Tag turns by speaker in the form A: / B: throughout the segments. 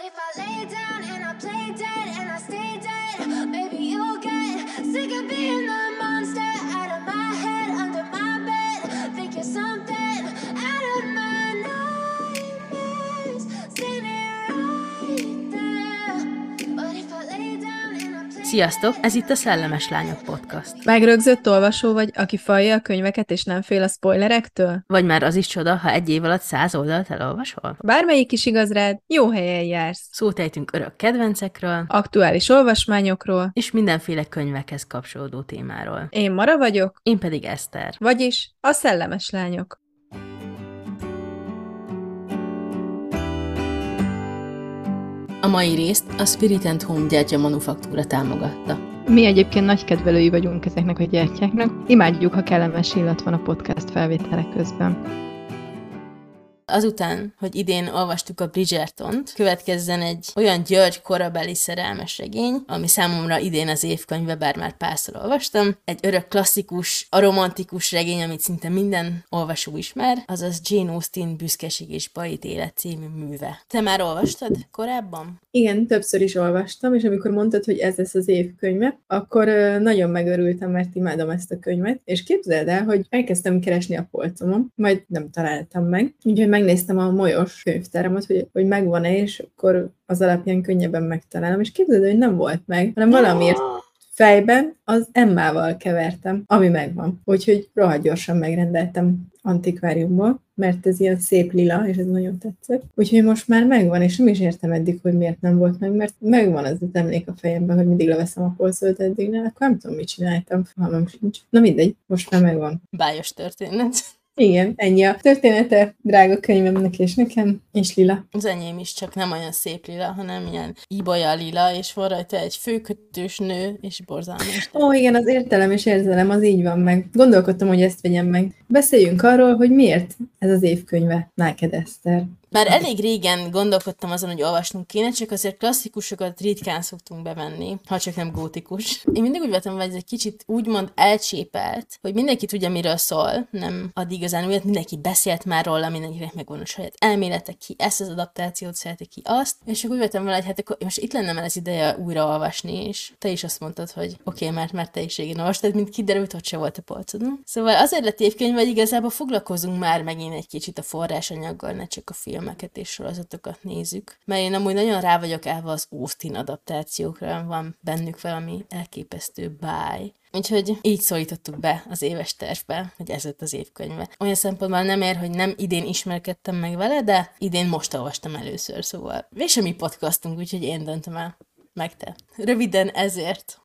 A: if I lay down and I play dead and I stay dead, maybe you'll get sick of being the monster out of my head, under my bed. Think you're something out of my nightmares, standing right there. But if I lay down and I play.
B: Sziasztok! Ez itt a Szellemes Lányok Podcast.
C: Megrögzött olvasó vagy, aki falja a könyveket és nem fél a spoilerektől?
B: Vagy már az is csoda, ha egy év alatt 100 oldalt elolvasol?
C: Bármelyik is igaz rád, jó helyen jársz.
B: Szót ejtünk örök kedvencekről,
C: Aktuális olvasmányokról.
B: és mindenféle könyvekhez kapcsolódó témáról.
C: Én Mara vagyok,
B: Én pedig Eszter.
C: vagyis a Szellemes Lányok.
B: A mai részt a Spirit & Home gyertya manufaktúra támogatta.
D: Mi egyébként nagy kedvelői vagyunk ezeknek a gyertyáknak. Imádjuk, ha kellemes illat van a podcast felvételek közben.
B: Azután, hogy idén olvastuk a Bridgertont, következzen egy olyan György korabeli szerelmes regény, ami számomra idén az évkönyve, bár már párszor olvastam. Egy örök klasszikus, aromantikus regény, amit szinte minden olvasó ismer, azaz Jane Austen Büszkeség és Bajit élet című műve. Te már olvastad korábban?
E: Igen, többször is olvastam, és amikor mondtad, hogy ez lesz az évkönyve, akkor nagyon megörültem, mert imádom ezt a könyvet, és képzeld el, hogy elkezdtem keresni a polcomon, majd nem találtam meg, úgyhogy megnéztem a molyos könyvtáramat, hogy megvan-e, és akkor az alapján könnyebben megtalálom, és képzeld el, hogy nem volt meg, hanem valamiért fejben az Emmával kevertem, ami megvan. Úgyhogy rohadt gyorsan megrendeltem antikváriumból, mert ez ilyen szép lila, és ez nagyon tetszett. Úgyhogy most már megvan, és nem is értem eddig, hogy miért nem volt meg, mert megvan az emlék a fejemben, hogy mindig leveszem a polcot eddig, akkor nem tudom, mit csináltam, fogalmam sincs. Na mindegy, most már megvan.
B: Bájos történet.
E: Igen, ennyi a története, drága könyvemnek és nekem, és lila.
B: Az enyém is, csak nem olyan szép lila, hanem ilyen ibolya lila, és van rajta egy főkötős nő, és borzalmas.
E: Ó, igen, az értelem és érzelem, az így van meg. Gondolkodtam, hogy ezt vegyem meg. Beszéljünk arról, hogy miért ez az évkönyve neked, Eszter.
B: Már elég régen gondolkodtam azon, hogy olvasnunk kéne, csak azért klasszikusokat ritkán szoktunk bevenni, ha csak nem gótikus. Én mindig úgy vettem, hogy ez egy kicsit úgymond elcsépelt, hogy mindenki tudja, miről szól, nem ad igazán újat, mindenki beszélt már róla, mindenkinek megvan a saját elmélete, ki ezt az adaptációt szereti, ki azt, és akkor úgy vettem vele, hogy hát akkor most itt lenne már az ideje újra olvasni, és te is azt mondtad, hogy oké, mert te is régen olvastad, mint kiderült, hogy se volt a polcodon. Szóval azért lett évkönyv, hogy igazából foglalkozunk már megint egy kicsit a forrásanyaggal, ne csak a filmeket és sorozatokat nézzük. Mert én amúgy nagyon rá vagyok állva az Austen adaptációkra, van bennük valami elképesztő báj. Úgyhogy így szólítottuk be az éves tervbe, hogy ez lett az évkönyve. Olyan szempontból nem ér, hogy nem idén ismerkedtem meg vele, de idén most olvastam először, szóval végsem mi podcastunk, úgyhogy én döntöm el, meg te. Röviden ezért.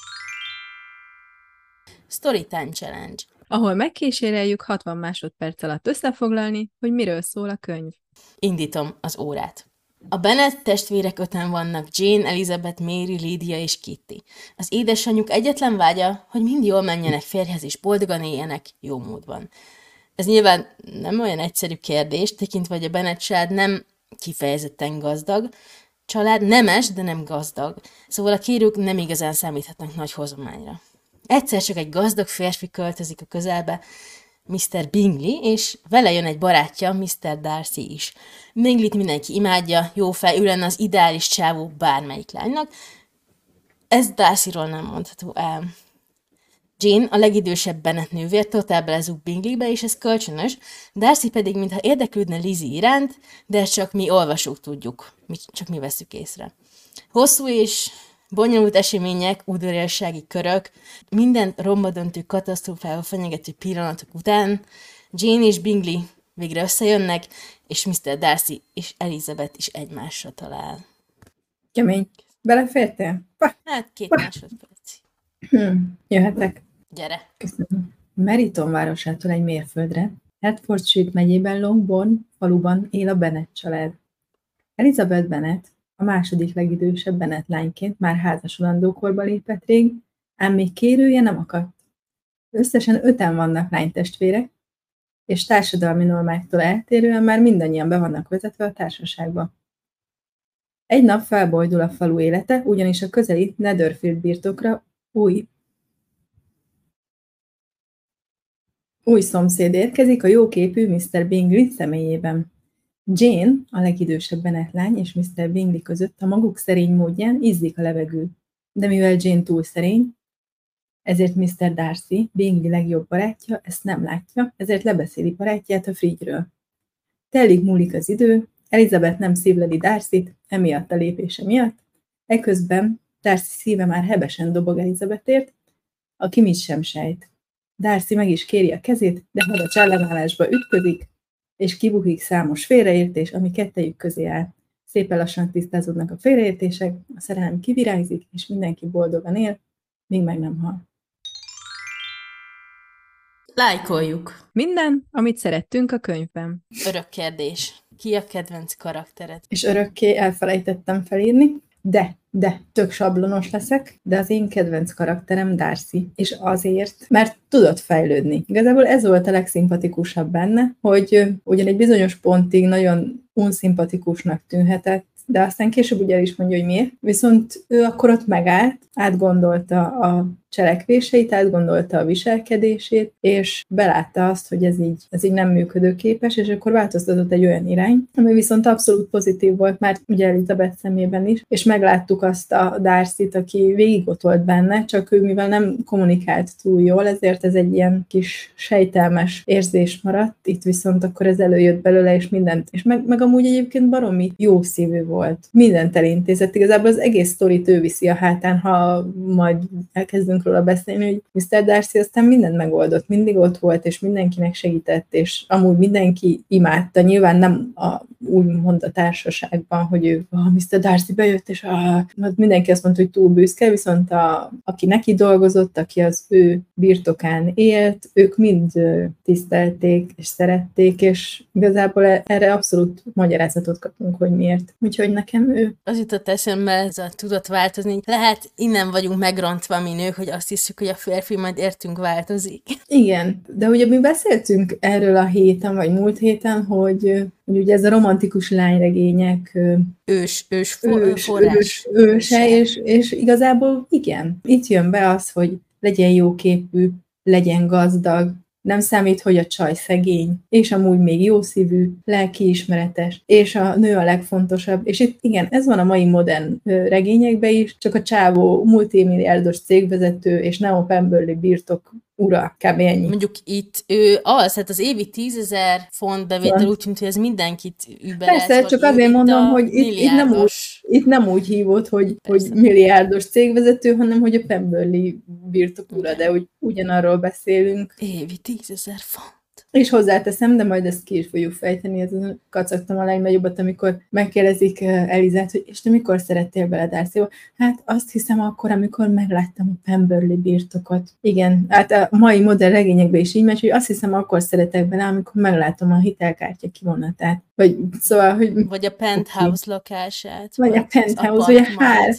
B: Storytime Challenge.
C: Ahol megkíséreljük 60 másodperc alatt összefoglalni, hogy miről szól a könyv.
B: Indítom az órát. A Bennet testvérek 5-en vannak, Jane, Elizabeth, Mary, Lydia és Kitty. Az édesanyjuk egyetlen vágya, hogy mind jól menjenek férjhez és boldogan éljenek jó módban. Ez nyilván nem olyan egyszerű kérdés, tekintve, hogy a Bennet család nem kifejezetten gazdag, család nemes, de nem gazdag, szóval a kérők nem igazán számíthatnak nagy hozományra. Egyszer csak egy gazdag férfi költözik a közelbe, Mr. Bingley, és vele jön egy barátja, Mr. Darcy is. Bingleyt mindenki imádja, jó fej, ő lenne az ideális csávó bármelyik lánynak. Ez Darcyról nem mondható el. Jane, a legidősebb Bennet nővér, totál belezúg Bingleybe, és ez kölcsönös, Darcy pedig mintha érdeklődne Lizzie iránt, de csak mi olvasók tudjuk, csak mi veszük észre. Hosszú és bonyolult események, udvariassági körök, minden rombadöntő katasztrófával fenyegető pillanatok után Jane és Bingley végre összejönnek, és Mr. Darcy és Elizabeth is egymásra talál.
E: Kemény. Belefértél?
B: Hát 2 másodperc.
E: Jöhetek.
B: Gyere.
E: Köszönöm. Meriton városától egy mérföldre, Hertfordshire megyében Longbourn faluban él a Bennet család. Elizabeth Bennet a második legidősebb Bennet lányként már házasolandó korba lépett rég, ám még kérője nem akadt. Összesen 5-en vannak lánytestvérek, és társadalmi normáktól eltérően már mindannyian be vannak vezetve a társaságba. Egy nap felbojdul a falu élete, ugyanis a közeli Netherfield birtokra új szomszéd érkezik, a jóképű Mr. Bingley személyében. Jane, a legidősebb Bennet lány és Mr. Bingley között a maguk szerény módján izzik a levegő. De mivel Jane túl szerény, ezért Mr. Darcy, Bingley legjobb barátja, ezt nem látja, ezért lebeszéli barátját a Frigyről. Telik múlik az idő, Elizabeth nem szívleli Darcyt, emiatt a lépése miatt, eközben Darcy szíve már hebesen dobog Elizabethért, aki mit sem sejt. Darcy meg is kéri a kezét, de hadacs ellenállásba ütközik, és kibukik számos félreértés, ami kettejük közé áll. Szépen lassan tisztázódnak a félreértések, a szerelem kivirágzik, és mindenki boldogan él, míg meg nem hal.
B: Lájkoljuk.
C: Minden, amit szerettünk a könyvben.
B: Örök kérdés. Ki a kedvenc karaktered?
E: És örökké elfelejtettem felírni, de tök sablonos leszek, de az én kedvenc karakterem Darcy, és azért, mert tudott fejlődni. Igazából ez volt a legszimpatikusabb benne, hogy ugyan egy bizonyos pontig nagyon unszimpatikusnak tűnhetett, de aztán később ugye el is mondja, hogy miért. Viszont ő akkor ott megállt, átgondolta a cselekvéseit, átgondolta a viselkedését, és belátta azt, hogy ez így nem működőképes, és akkor változtatott egy olyan irány, ami viszont abszolút pozitív volt már ugye Elizabeth szemében is, és megláttuk azt a Darcyt, aki végig ott volt benne, csak ő mivel nem kommunikált túl jól, ezért ez egy ilyen kis sejtelmes érzés maradt, itt viszont akkor ez előjött belőle, és mindent, és meg amúgy egyébként baromi jó szívű volt. Mindent elintézett, igazából az egész sztorit ő viszi a hátán, ha majd elkezdünk róla beszélni, hogy Mr. Darcy aztán mindent megoldott, mindig ott volt, és mindenkinek segített, és amúgy mindenki imádta, nyilván nem úgymond a társaságban, hogy ő, Mr. Darcy bejött, és mindenki azt mondta, hogy túl büszke, viszont aki neki dolgozott, aki az ő birtokán élt, ők mind tisztelték, és szerették, és igazából erre abszolút magyarázatot kapunk, hogy miért. Úgyhogy nekem ő.
B: Az jutott eszembe, ez a tudott változni. Lehet innen vagyunk megrontva mi nők, hogy azt hiszük, hogy a férfi majd értünk változik.
E: Igen, de ugye mi beszéltünk erről a héten, vagy múlt héten, hogy ugye ez a romantikus lányregények őse, és igazából igen. Itt jön be az, hogy legyen jóképű, legyen gazdag, nem számít, hogy a csaj szegény, és amúgy még jószívű, lelkiismeretes, és a nő a legfontosabb. És itt igen, ez van a mai modern regényekben is, csak a csávó multimilliárdos cégvezető és Neo Pemberley birtok ura, kb. Ennyi.
B: Mondjuk itt ő hát az évi 10 000 font bevétel úgy tűnt, hogy ez mindenkit überez.
E: Persze, csak azért mondom, hogy itt nem úgy hívott, hogy milliárdos cégvezető, hanem hogy a Pemberley birtok ura, de úgy ugyanarról beszélünk.
B: Évi 10 000 font.
E: És hozzáteszem, de majd ezt ki is fogjuk fejteni, ezen kacagtam a legnagyobbat, amikor megkérdezik Elizát, hogy és te mikor szerettél bele Darcyba? Hát azt hiszem akkor, amikor megláttam a Pemberley birtokot. Igen, hát a mai modern regényekben is így megy, hogy azt hiszem akkor szeretek bele, amikor meglátom a hitelkártya kivonatát. Vagy szóval, hogy...
B: Vagy a penthouse lakását.
E: Vagy a penthouse, vagy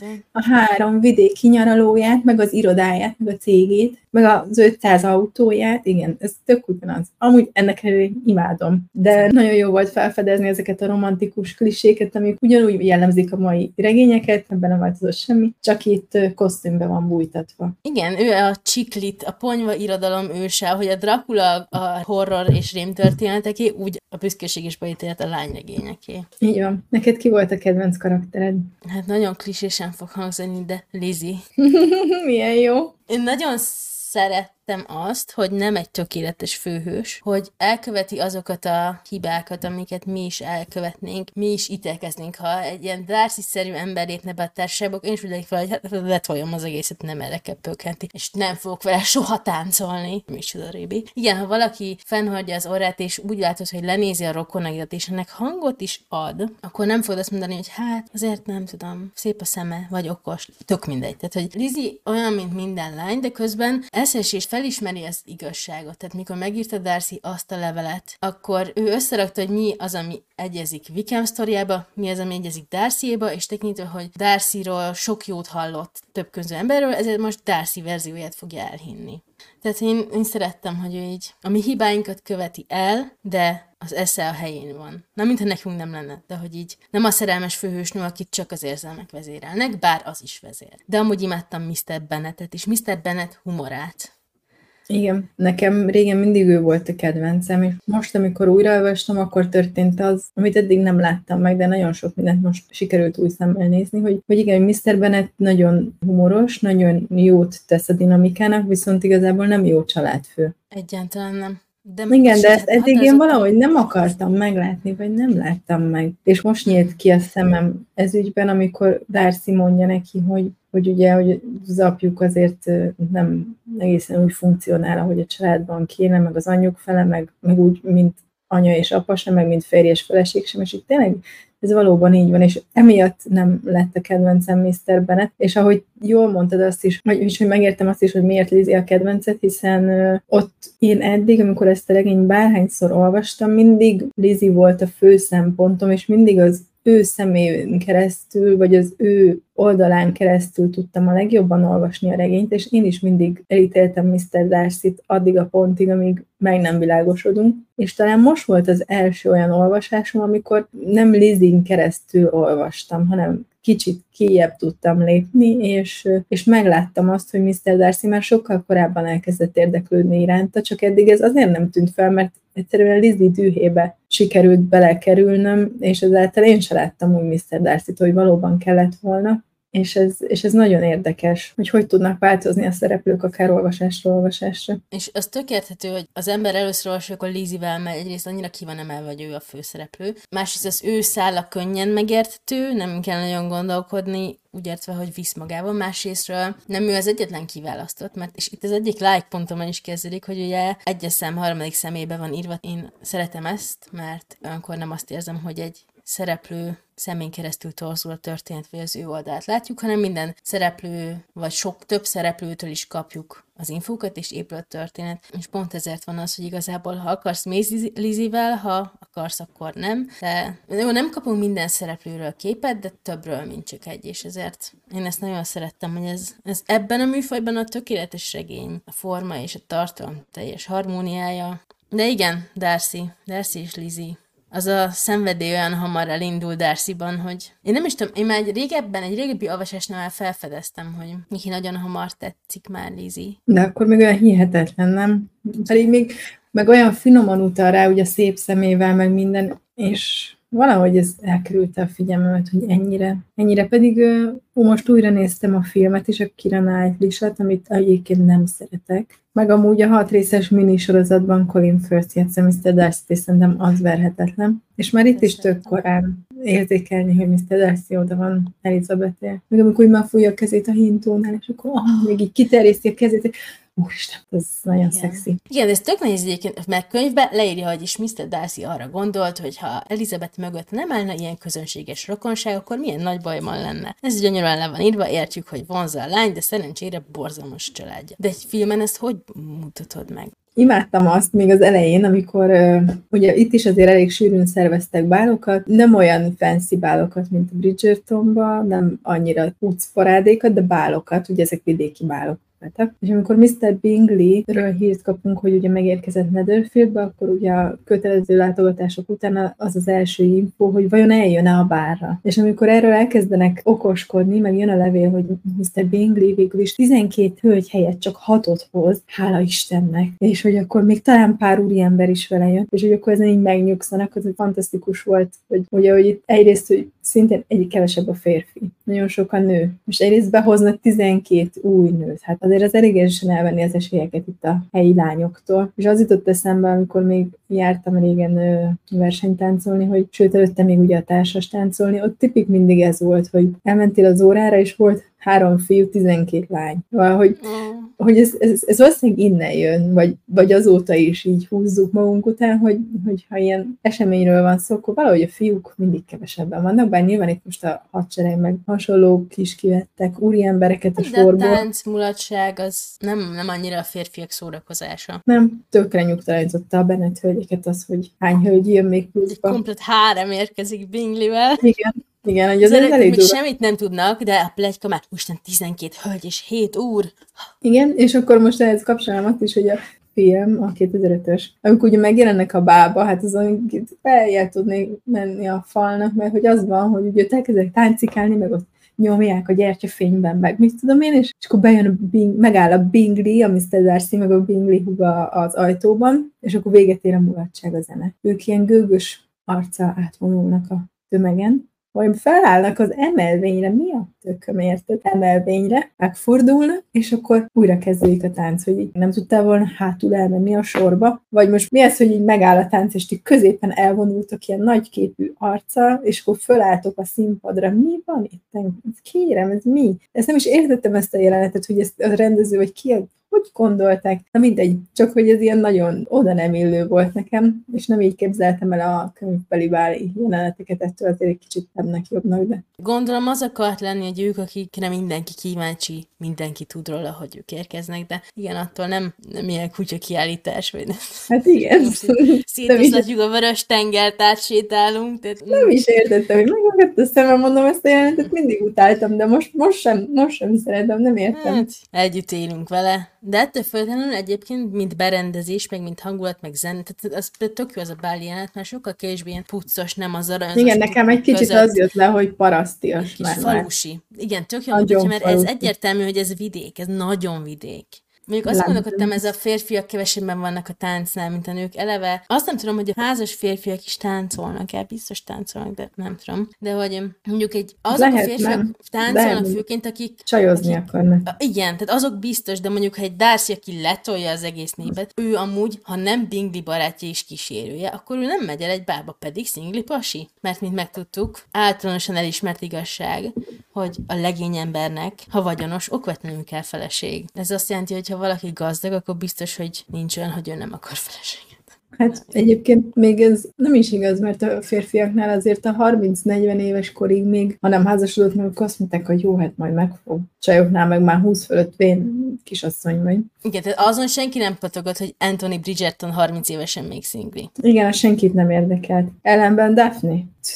E: a 3 vidéki nyaralóját, meg az irodáját, meg a cégét, meg az 500 autóját, igen, ez tök ugyanaz. Amúgy ennek imádom, de nagyon jó volt felfedezni ezeket a romantikus kliséket, amik ugyanúgy jellemzik a mai regényeket, ebben nem változott semmi, csak itt kosztümbe van bújtatva.
B: Igen, ő a csiklit, a ponyva irodalom őse, ahogy a Dracula a horror és rémtörténeteké, úgy a büszkeség és beítélet a lányregényeké.
E: Így van. Neked ki volt a kedvenc karaktered?
B: Hát nagyon klisésen fog hangzani, de Lizzie.
E: Milyen jó.
B: Én nagyon szerettem azt, hogy nem egy tökéletes főhős, hogy elköveti azokat a hibákat, amiket mi is elkövetnénk, mi is ítélkeznénk, ha egy ilyen Darcy-szerű ember lépne be a társaságba, én is úgy fel, hogy hát letoljam az egészet, nem erre kell pökkenti, és nem fogok vele soha táncolni. Micsoda rébi. Igen, ha valaki fennhagyja az orrát, és úgy látod, hogy lenézi a rokonaidat, és ennek hangot is ad, akkor nem fogod azt mondani, hogy hát azért nem tudom, szép a szeme, vagy okos, tök mindegy. Tehát, hogy Lizzie olyan, mint minden lány, de közben eszes és felismeri az igazságot. Tehát mikor megírta Darcy azt a levelet, akkor ő összerakta, hogy mi az, ami egyezik Wickham sztoriába, mi az, ami egyezik Darcyéba, és tekintve, hogy Darcyról sok jót hallott több közül emberről, ezért most Darcy verzióját fogja elhinni. Tehát én szerettem, hogy ő így a mi hibáinkat követi el, de az esze a helyén van. Na, mintha nekünk nem lenne, de hogy így nem a szerelmes főhősnő, akit csak az érzelmek vezérelnek, bár az is vezér. De amúgy imádtam Mr. Bennettet és Mr. Bennet humorát.
E: Igen, nekem régen mindig ő volt a kedvencem, és most, amikor újraolvastam, akkor történt az, amit eddig nem láttam meg, de nagyon sok mindent most sikerült új szemmel nézni, hogy igen, hogy Mr. Bennet nagyon humoros, nagyon jót tesz a dinamikának, viszont igazából nem jó családfő.
B: Egyáltalán nem. De
E: Igen, de ezt eddig én
B: határozottan-
E: valahogy nem akartam meglátni, vagy nem láttam meg. És most nyílt ki a szemem ez ügyben, amikor Darcy mondja neki, hogy ugye, hogy az apjuk azért nem egészen úgy funkcionál, ahogy a családban kéne, meg az anyjuk fele, meg úgy, mint anya és apa sem, meg mint férj és feleség sem, és itt tényleg ez valóban így van, és emiatt nem lett a kedvencem Mr. Bennet, és ahogy jól mondtad azt is, hogy megértem azt is, hogy miért Lizzie a kedvencet, hiszen ott én eddig, amikor ezt a regényt bárhányszor olvastam, mindig Lizzie volt a fő szempontom, és mindig az ő szemén keresztül, vagy az ő oldalán keresztül tudtam a legjobban olvasni a regényt, és én is mindig elítéltem Mr. Darcyt addig a pontig, amíg meg nem világosodunk. És talán most volt az első olyan olvasásom, amikor nem Lizzie-n keresztül olvastam, hanem kicsit kijjebb tudtam lépni, és megláttam azt, hogy Mr. Darcy már sokkal korábban elkezdett érdeklődni iránta, csak eddig ez azért nem tűnt fel, mert egyszerűen Lizzie dühébe sikerült belekerülnöm, és ezáltal én se láttam úgy Mr. Darcyt, hogy valóban kellett volna. És ez nagyon érdekes, hogy tudnak változni a szereplők akár olvasásról olvasásra.
B: És az tök érthető, hogy az ember először olvasja, akkor Lizzie-vel, mert egyrészt annyira ki van emelve, hogy ő a főszereplő. Másrészt az ő szála könnyen megérthető, nem kell nagyon gondolkodni, úgy értve, hogy visz magával. Másrésztről nem ő az egyetlen kiválasztott, mert és itt az egyik like pontomon is kezdődik, hogy ugye egyes szám harmadik szemébe van írva. Én szeretem ezt, mert olyankor nem azt érzem, hogy egy szereplő szemén keresztül torzul a történet, vagy az ő oldalát látjuk, hanem minden szereplő, vagy több szereplőtől is kapjuk az infókat, és épül a történet. És pont ezért van az, hogy igazából, ha akarsz, mész Lizzie-vel, ha akarsz, akkor nem. De jó, nem kapunk minden szereplőről képet, de többről, mint csak egy, és ezért én ezt nagyon szerettem, hogy ez ebben a műfajban a tökéletes regény, a forma és a tartalom teljes harmóniája. De igen, Darcy és Lizzie. Az a szenvedély olyan hamar elindul Darcyban, hogy én nem is tudom, én már egy régebbi olvasásnál már felfedeztem, hogy neki nagyon hamar tetszik már Lizzie.
E: De akkor még olyan hihetetlen, nem? Pedig még meg olyan finoman utal rá, ugye szép szemével, meg minden, és valahogy ez elkerülte a figyelmemet, hogy ennyire pedig most újra néztem a filmet is, a Keira Knightley-sat, amit egyébként nem szeretek. Meg amúgy a 6 részes minisorozatban Colin Firth játsza Mr. Darcy-t, és szerintem az verhetetlen. És már itt is tök korán érzékelni, hogy Mr. Darcy oda van Elizabeth-él. Meg amikor már fújja a kezét a hintónál, és akkor még így kiterjeszti a kezét, úristen, ez nagyon szexi.
B: Igen, de ez tök nehéz egyébként, mert könyvben leírja, hogy is Mr. Darcy arra gondolt, hogy ha Elizabeth mögött nem állna ilyen közönséges rokonság, akkor milyen nagy bajban lenne. Ez gyönyörűen le van írva, értjük, hogy vonzza a lány, de szerencsére borzalmas családja. De egy filmen ezt hogy mutatod meg?
E: Imádtam azt még az elején, amikor ugye itt is azért elég sűrűn szerveztek bálokat, nem olyan fancy bálokat, mint a Bridgertonban, nem annyira utcparádékat, de bálokat, ugye ezek vidéki bálok. És amikor Mr. Bingley-ről hírt kapunk, hogy ugye megérkezett Netherfieldbe, akkor ugye a kötelező látogatások után az az első info, hogy vajon eljön-e a bárra. És amikor erről elkezdenek okoskodni, meg jön a levél, hogy Mr. Bingley végül is 12 hölgy helyett csak 6-ot hoz, hála Istennek, és hogy akkor még talán pár úriember is vele jön, és hogy akkor ezen így megnyugszanak, az fantasztikus volt, hogy ugye, hogy itt egyrészt, hogy szintén egyik kevesebb a férfi, nagyon sok a nő, és egyrészt behoznak 12 új nőt, hát azért az elég erősen elvenni az esélyeket itt a helyi lányoktól. És az jutott eszembe, amikor még jártam régen versenytáncolni, hogy sőt, előtte még ugye a társas táncolni, ott tipik mindig ez volt, hogy elmentél az órára, és volt 3 fiú, 12 lány. Hogy ez valószínűleg innen jön, vagy azóta is így húzzuk magunk után, hogy ha ilyen eseményről van szó, akkor valahogy a fiúk mindig kevesebben vannak, bár nyilván itt most a hadsereg meg hasonlók is kivettek úriembereket a sorból.
B: De a táncmulatság az nem annyira a férfiak szórakozása.
E: Nem, tökre nyugtalanította a Bennet hölgyeket az, hogy hány hölgy jön még pluszba.
B: Egy komplet hárem érkezik Bingley-vel.
E: Igen, hogy az elég
B: durva. Semmit nem tudnak, de a pletyka már Isten 12 hölgy és 7 úr.
E: Igen, és akkor most ehhez kapcsolom azt is, hogy a film, a 2005-ös, amikor ugye megjelennek a bába, hát azon feljel tudnék menni a falnak, mert hogy az van, hogy ugye elkezdenek táncikálni, meg ott nyomják a gyertyafényben, meg mit tudom én, és akkor bejön megáll a Bingley, a Mr. Darcy, meg a Bingley húga az ajtóban, és akkor véget ér a mulatság a zene. Ők ilyen gőgös arccal átvonulnak a tömegen, vagy felállnak az emelvényre, mi a tököm, érted? Emelvényre, megfordulnak, és akkor újra kezdődik a tánc, hogy így nem tudtál volna hátul elmenni a sorba, vagy most mi az, hogy így megáll a tánc, és ti középen elvonultok ilyen nagyképű arccal, és akkor fölálltok a színpadra. Mi van itt? Kérem, ez mi? Ezt nem is értettem ezt a jelenetet, hogy ezt a rendező, vagy ki hogy gondolták? Na mindegy, csak hogy ez ilyen nagyon oda nem illő volt nekem, és nem így képzeltem el a könyvbeli báli jeleneteket, ettől azért egy kicsit nebbnek jobbnak, de...
B: Gondolom az akart lenni, hogy ők, akikre mindenki kíváncsi, mindenki tud róla, hogy ők érkeznek, de igen, attól nem ilyen kutya kiállítás, vagy nem.
E: Hát igen.
B: Szétoszlatjuk a vörös tengert, átsétálunk. Tehát...
E: Nem is értettem, hogy megmagadt a szemem, mondom, ezt a jelenetet mindig utáltam, de most sem szeretem, nem értem.
B: Hát, együtt élünk vele. De ettől függetlenül egyébként, mint berendezés, meg mint hangulat, meg zene, tehát az tök jó az a báli jelenet, mert sokkal kevésbé ilyen puccos, nem az aranyos.
E: Igen, nekem egy kicsit között. Az jött le, hogy parasztias
B: már. Falusi. Igen, tök jó, mert ez egyértelmű, hogy ez vidék, ez nagyon vidék. Mondjuk azt gondolkodtam, ez a férfiak kevesebben vannak a táncnál, mint a nők. Eleve azt nem tudom, hogy a házas férfiak is táncolnak-e, biztos táncolnak, de nem tudom. De hogy mondjuk azok lehet, a férfiak nem. Táncolnak főként, akik...
E: Csajozni akarnak.
B: Igen, tehát azok biztos, de mondjuk, ha egy Darcy, aki letolja az egész népet, ő amúgy, ha nem Bingley barátja és kísérője, akkor ő nem megy el egy bárba, pedig szingli pasi. Mert mint megtudtuk, általánosan elismert igazság, hogy a legény embernek, ha vagyonos, okvetlenül kell feleség. Ez azt jelenti, hogy ha valaki gazdag, akkor biztos, hogy nincs olyan, hogy ő nem akar feleséget.
E: Hát egyébként még ez nem is igaz, mert a férfiaknál azért a 30-40 éves korig még, ha nem házasodott, meg azt mondták, hogy jó, hát majd megfog. Csajoknál meg már 20 fölött vén kisasszony vagy.
B: Igen, tehát azon senki nem patogott, hogy Anthony Bridgerton 30 évesen még szingli.
E: Igen, az senkit nem érdekelt. Ellenben Daphne,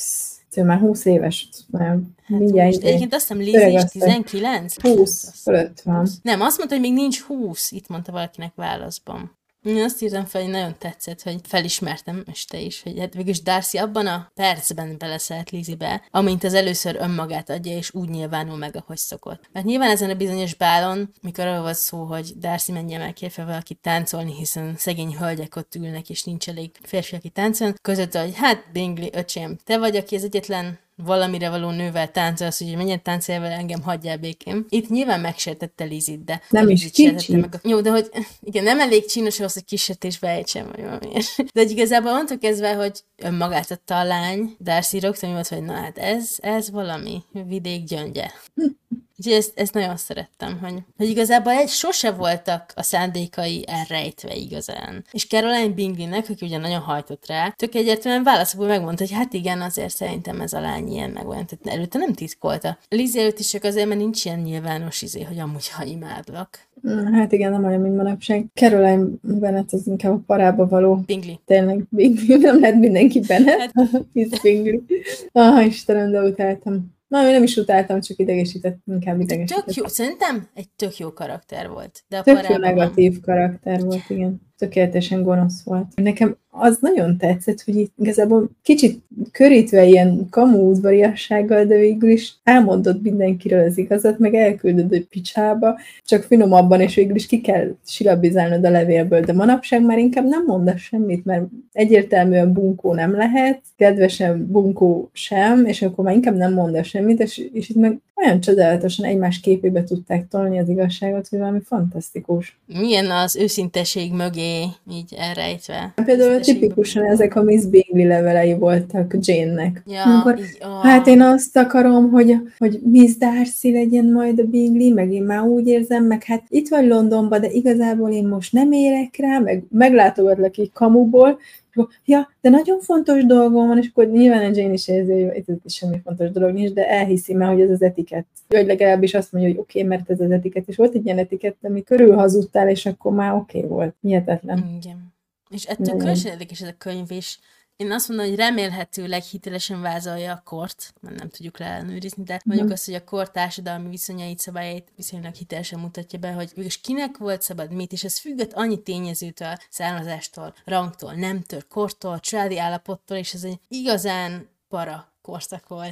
E: ő már 20 éves, már mindjárt.
B: Egyébként azt hiszem Liz is 19?
E: 20 fölött van.
B: Nem, azt mondta, hogy még nincs 20, itt mondta valakinek válaszban. Én azt írtam fel, hogy nagyon tetszett, hogy felismertem, és te is, hogy hát végülis Darcy abban a percben beleszállt Lizibe, amint az először önmagát adja, és úgy nyilvánul meg, ahogy szokott. Mert nyilván ezen a bizonyos bálon, mikor arról volt szó, hogy Darcy menjen el kérve valakit táncolni, hiszen szegény hölgyek ott ülnek, és nincs elég férfi, aki táncoljon, között, hogy hát Bingley, öcsém, te vagy, aki az egyetlen valamire való nővel táncolsz, hogy menjen táncolja vele, engem hagyjál békén. Itt nyilván megsértette Lizit, de...
E: Nem is kicsi.
B: Jó, de hogy igen, nem elég csinos ahhoz, hogy kísértésbe ejtsem, vagy valami. De hogy igazából mondtuk kezdve, hogy önmagát adta a lány, Darcy rögtön volt, hogy na hát ez valami vidék gyöngye. Úgyhogy ezt nagyon szerettem, hogy igazából sose voltak a szándékai elrejtve igazán. És Caroline Bingleynek, aki ugye nagyon hajtott rá, tök egyértelműen válaszokból megmondta, hogy hát igen, azért szerintem ez a lány ilyen meg olyan. Tehát előtte nem titkolta. Lizzie előtt is csak azért, mert nincs ilyen nyilvános hogy amúgy ha imádlak.
E: Hát igen, nem olyan, mint manapság. Caroline Bennett az inkább a parába való.
B: Bingley.
E: Tényleg, Bingley. Nem lehet mindenki Bennett. Hisz Bingley. Istenem, de utáltam. Na, én nem is utáltam, csak inkább idegesített.
B: Tök jó, szerintem egy tök jó karakter volt. De a
E: tök jó negatív karakter volt, igen. Tökéletesen gonosz volt. Nekem az nagyon tetszett, hogy itt igazából kicsit körítve ilyen kamúudvariassággal, de végül is elmondott mindenkiről az igazat, meg elküldött egy picsába, csak finomabban, és végül is ki kell silabizálnod a levélből, de manapság már inkább nem mondasz semmit, mert egyértelműen bunkó nem lehet, kedvesen bunkó sem, és akkor már inkább nem mondasz semmit, és itt meg olyan csodálatosan egymás képébe tudták tolni az igazságot, hogy valami fantasztikus.
B: Milyen az őszinteség mögé így elrejtve?
E: Például tipikusan ezek a Miss Bingley levelei voltak Jane-nek.
B: Ja,
E: amikor, hát én azt akarom, hogy Miss Darcy legyen majd a Bingley, meg én már úgy érzem, meg hát itt vagy Londonban, de igazából én most nem érek rá, meg meglátogatlak így kamuból, ja, de nagyon fontos dolgom van, és akkor nyilván a Jane is érzi, hogy itt semmi fontos dolog nincs, de elhiszi már, hogy ez az etikett. Vagy legalábbis azt mondja, hogy oké, mert ez az etikett. És volt egy ilyen etikett, ami körülhazudtál, és akkor már oké volt. Hihetetlen.
B: Igen. És ettől különösen érdekes ez a könyv is. Én azt mondom, hogy remélhetőleg hitelesen vázolja a kort, mert nem tudjuk leellenőrizni, de mondjuk azt, hogy a kor társadalmi viszonyait, szabályait viszonylag hitelesen mutatja be, hogy végülis kinek volt szabad mit, és ez függött annyi tényezőtől, származástól, rangtól, nemtől, kortól, családi állapottól, és ez egy igazán para korszak volt.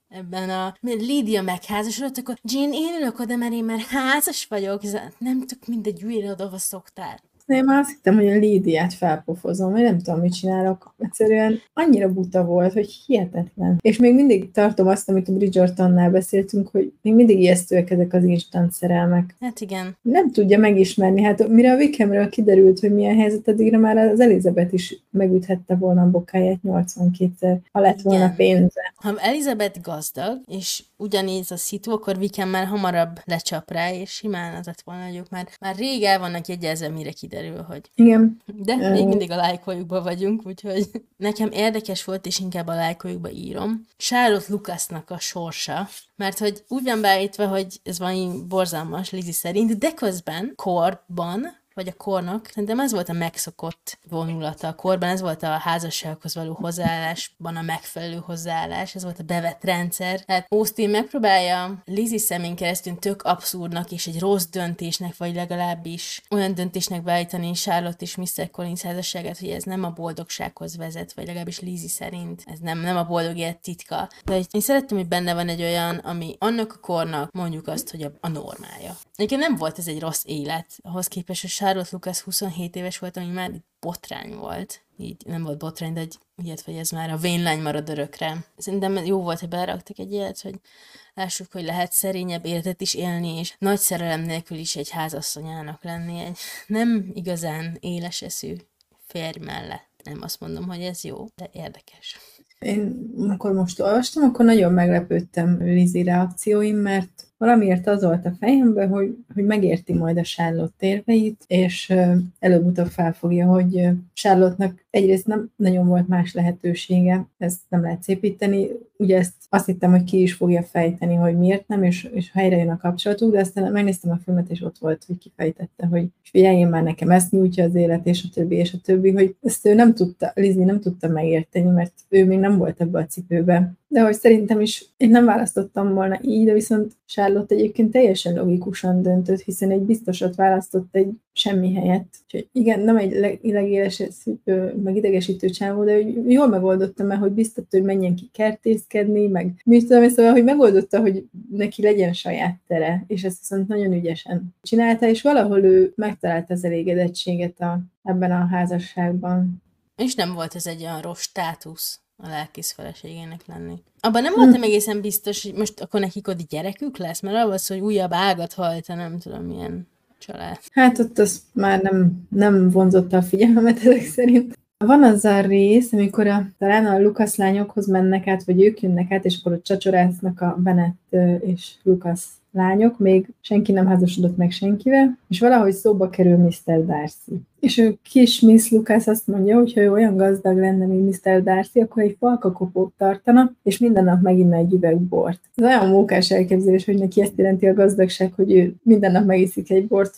B: ebben mert Lídia megházasodott, akkor Jean, én ülök oda, mert én már házas vagyok. Nem tök mindegy, ülj oda, ahova szoktál.
E: Én már azt hittem, hogy a Lídiát felpofozom, vagy nem tudom, mit csinálok. Egyszerűen annyira buta volt, hogy hihetetlen. És még mindig tartom azt, amit a Bridgertonnál beszéltünk, hogy még mindig ijesztőek ezek az instant szerelmek.
B: Hát igen.
E: Nem tudja megismerni. Hát mire a Wickhamről kiderült, hogy milyen helyzet, addigra már az Elizabeth is megüthette volna a bokáját 82-szer, ha lett volna
B: Igen.
E: pénze.
B: Ha Elizabeth gazdag, és ugyanígy a szitu, akkor Wickham már hamarabb lecsap rá, és simán az lett volna, hogy ők már rég el vannak jegyezve, mire kiderül, hogy...
E: Igen.
B: De még mindig a lájkoljuk vagyunk, úgyhogy nekem érdekes volt, és inkább a lájkoljuk írom. Charlotte Lucasnak a sorsa, mert hogy úgy van beállítva, hogy ez valami borzalmas Lizzie szerint, de közben korban, vagy a kornak, szerintem ez volt a megszokott vonulata a korban, ez volt a házassághoz való hozzáállásban a megfelelő hozzáállás, ez volt a bevett rendszer. Tehát Austen megpróbálja Lizzie szemén keresztül tök abszurdnak és egy rossz döntésnek, vagy legalábbis olyan döntésnek beállítani Charlotte és Mr. Collins házasságát, hogy ez nem a boldogsághoz vezet, vagy legalábbis Lizzie szerint ez nem a boldog élet titka. De én szerettem, hogy benne van egy olyan, ami annak a kornak mondjuk azt, hogy a normája. Egyébként nem volt ez egy rossz élet, ahhoz képest, hogy Charlotte Lucas 27 éves volt, ami már botrány volt. Így nem volt botrány, de ilyet, hogy ez már a vénlány marad örökre. Szerintem jó volt, hogy beraktak egy ilyet, hogy lássuk, hogy lehet szerényebb életet is élni, és nagy szerelem nélkül is egy házasszonyának lenni, egy nem igazán éles eszű férj mellett. Nem azt mondom, hogy ez jó, de érdekes.
E: Én amikor most olvastam, akkor nagyon meglepődtem Lizzie reakcióim, mert valamiért az volt a fejemben, hogy megérti majd a Charlotte érveit, és előbb-utóbb felfogja, hogy Charlotte-nak egyrészt nem nagyon volt más lehetősége, ezt nem lehet szépíteni. Ugye ezt azt hittem, hogy ki is fogja fejteni, hogy miért nem, és helyre jön a kapcsolatuk, de aztán megnéztem a filmet, és ott volt, hogy kifejtette, hogy figyelj, én már nekem ezt nyújtja az élet, és a többi, hogy ezt ő nem tudta, Lizzie nem tudta megérteni, mert ő még nem volt ebbe a cipőbe. De hogy szerintem is én nem választottam volna így, de viszont Charlotte egyébként teljesen logikusan döntött, hiszen egy biztosat választott egy semmi helyett. Úgyhogy igen, nem egy legélesítő, meg idegesítő csávó, de jól megoldotta, mert hogy biztatta, hogy menjen ki kertészkedni, meg mit tudom, szóval, hogy megoldotta, hogy neki legyen saját tere, és ezt viszont nagyon ügyesen csinálta, és valahol ő megtalálta az elégedettséget ebben a házasságban.
B: És nem volt ez egy olyan rossz státusz a lelkész feleségének lenni. Abban nem voltam egészen biztos, hogy most akkor nekik ott gyerekük lesz, mert arról szó, hogy újabb ágat hajta, nem tudom milyen család.
E: Hát ott az már nem vonzotta a figyelmet ezek szerint. Van az a rész, amikor talán a Lucas lányokhoz mennek át, vagy ők jönnek át, és akkor ott csacsorásznak a Bennet és Lucas lányok, még senki nem házasodott meg senkivel, és valahogy szóba kerül Mr. Darcy. És ő kis Miss Lucas azt mondja, hogy ha ő olyan gazdag lenne, mint Mr. Darcy, akkor egy falkakopót tartana, és minden nap meginna egy üveg bort. Ez olyan mókás elképzelés, hogy neki ezt jelenti a gazdagság, hogy ő minden nap megiszik egy bort.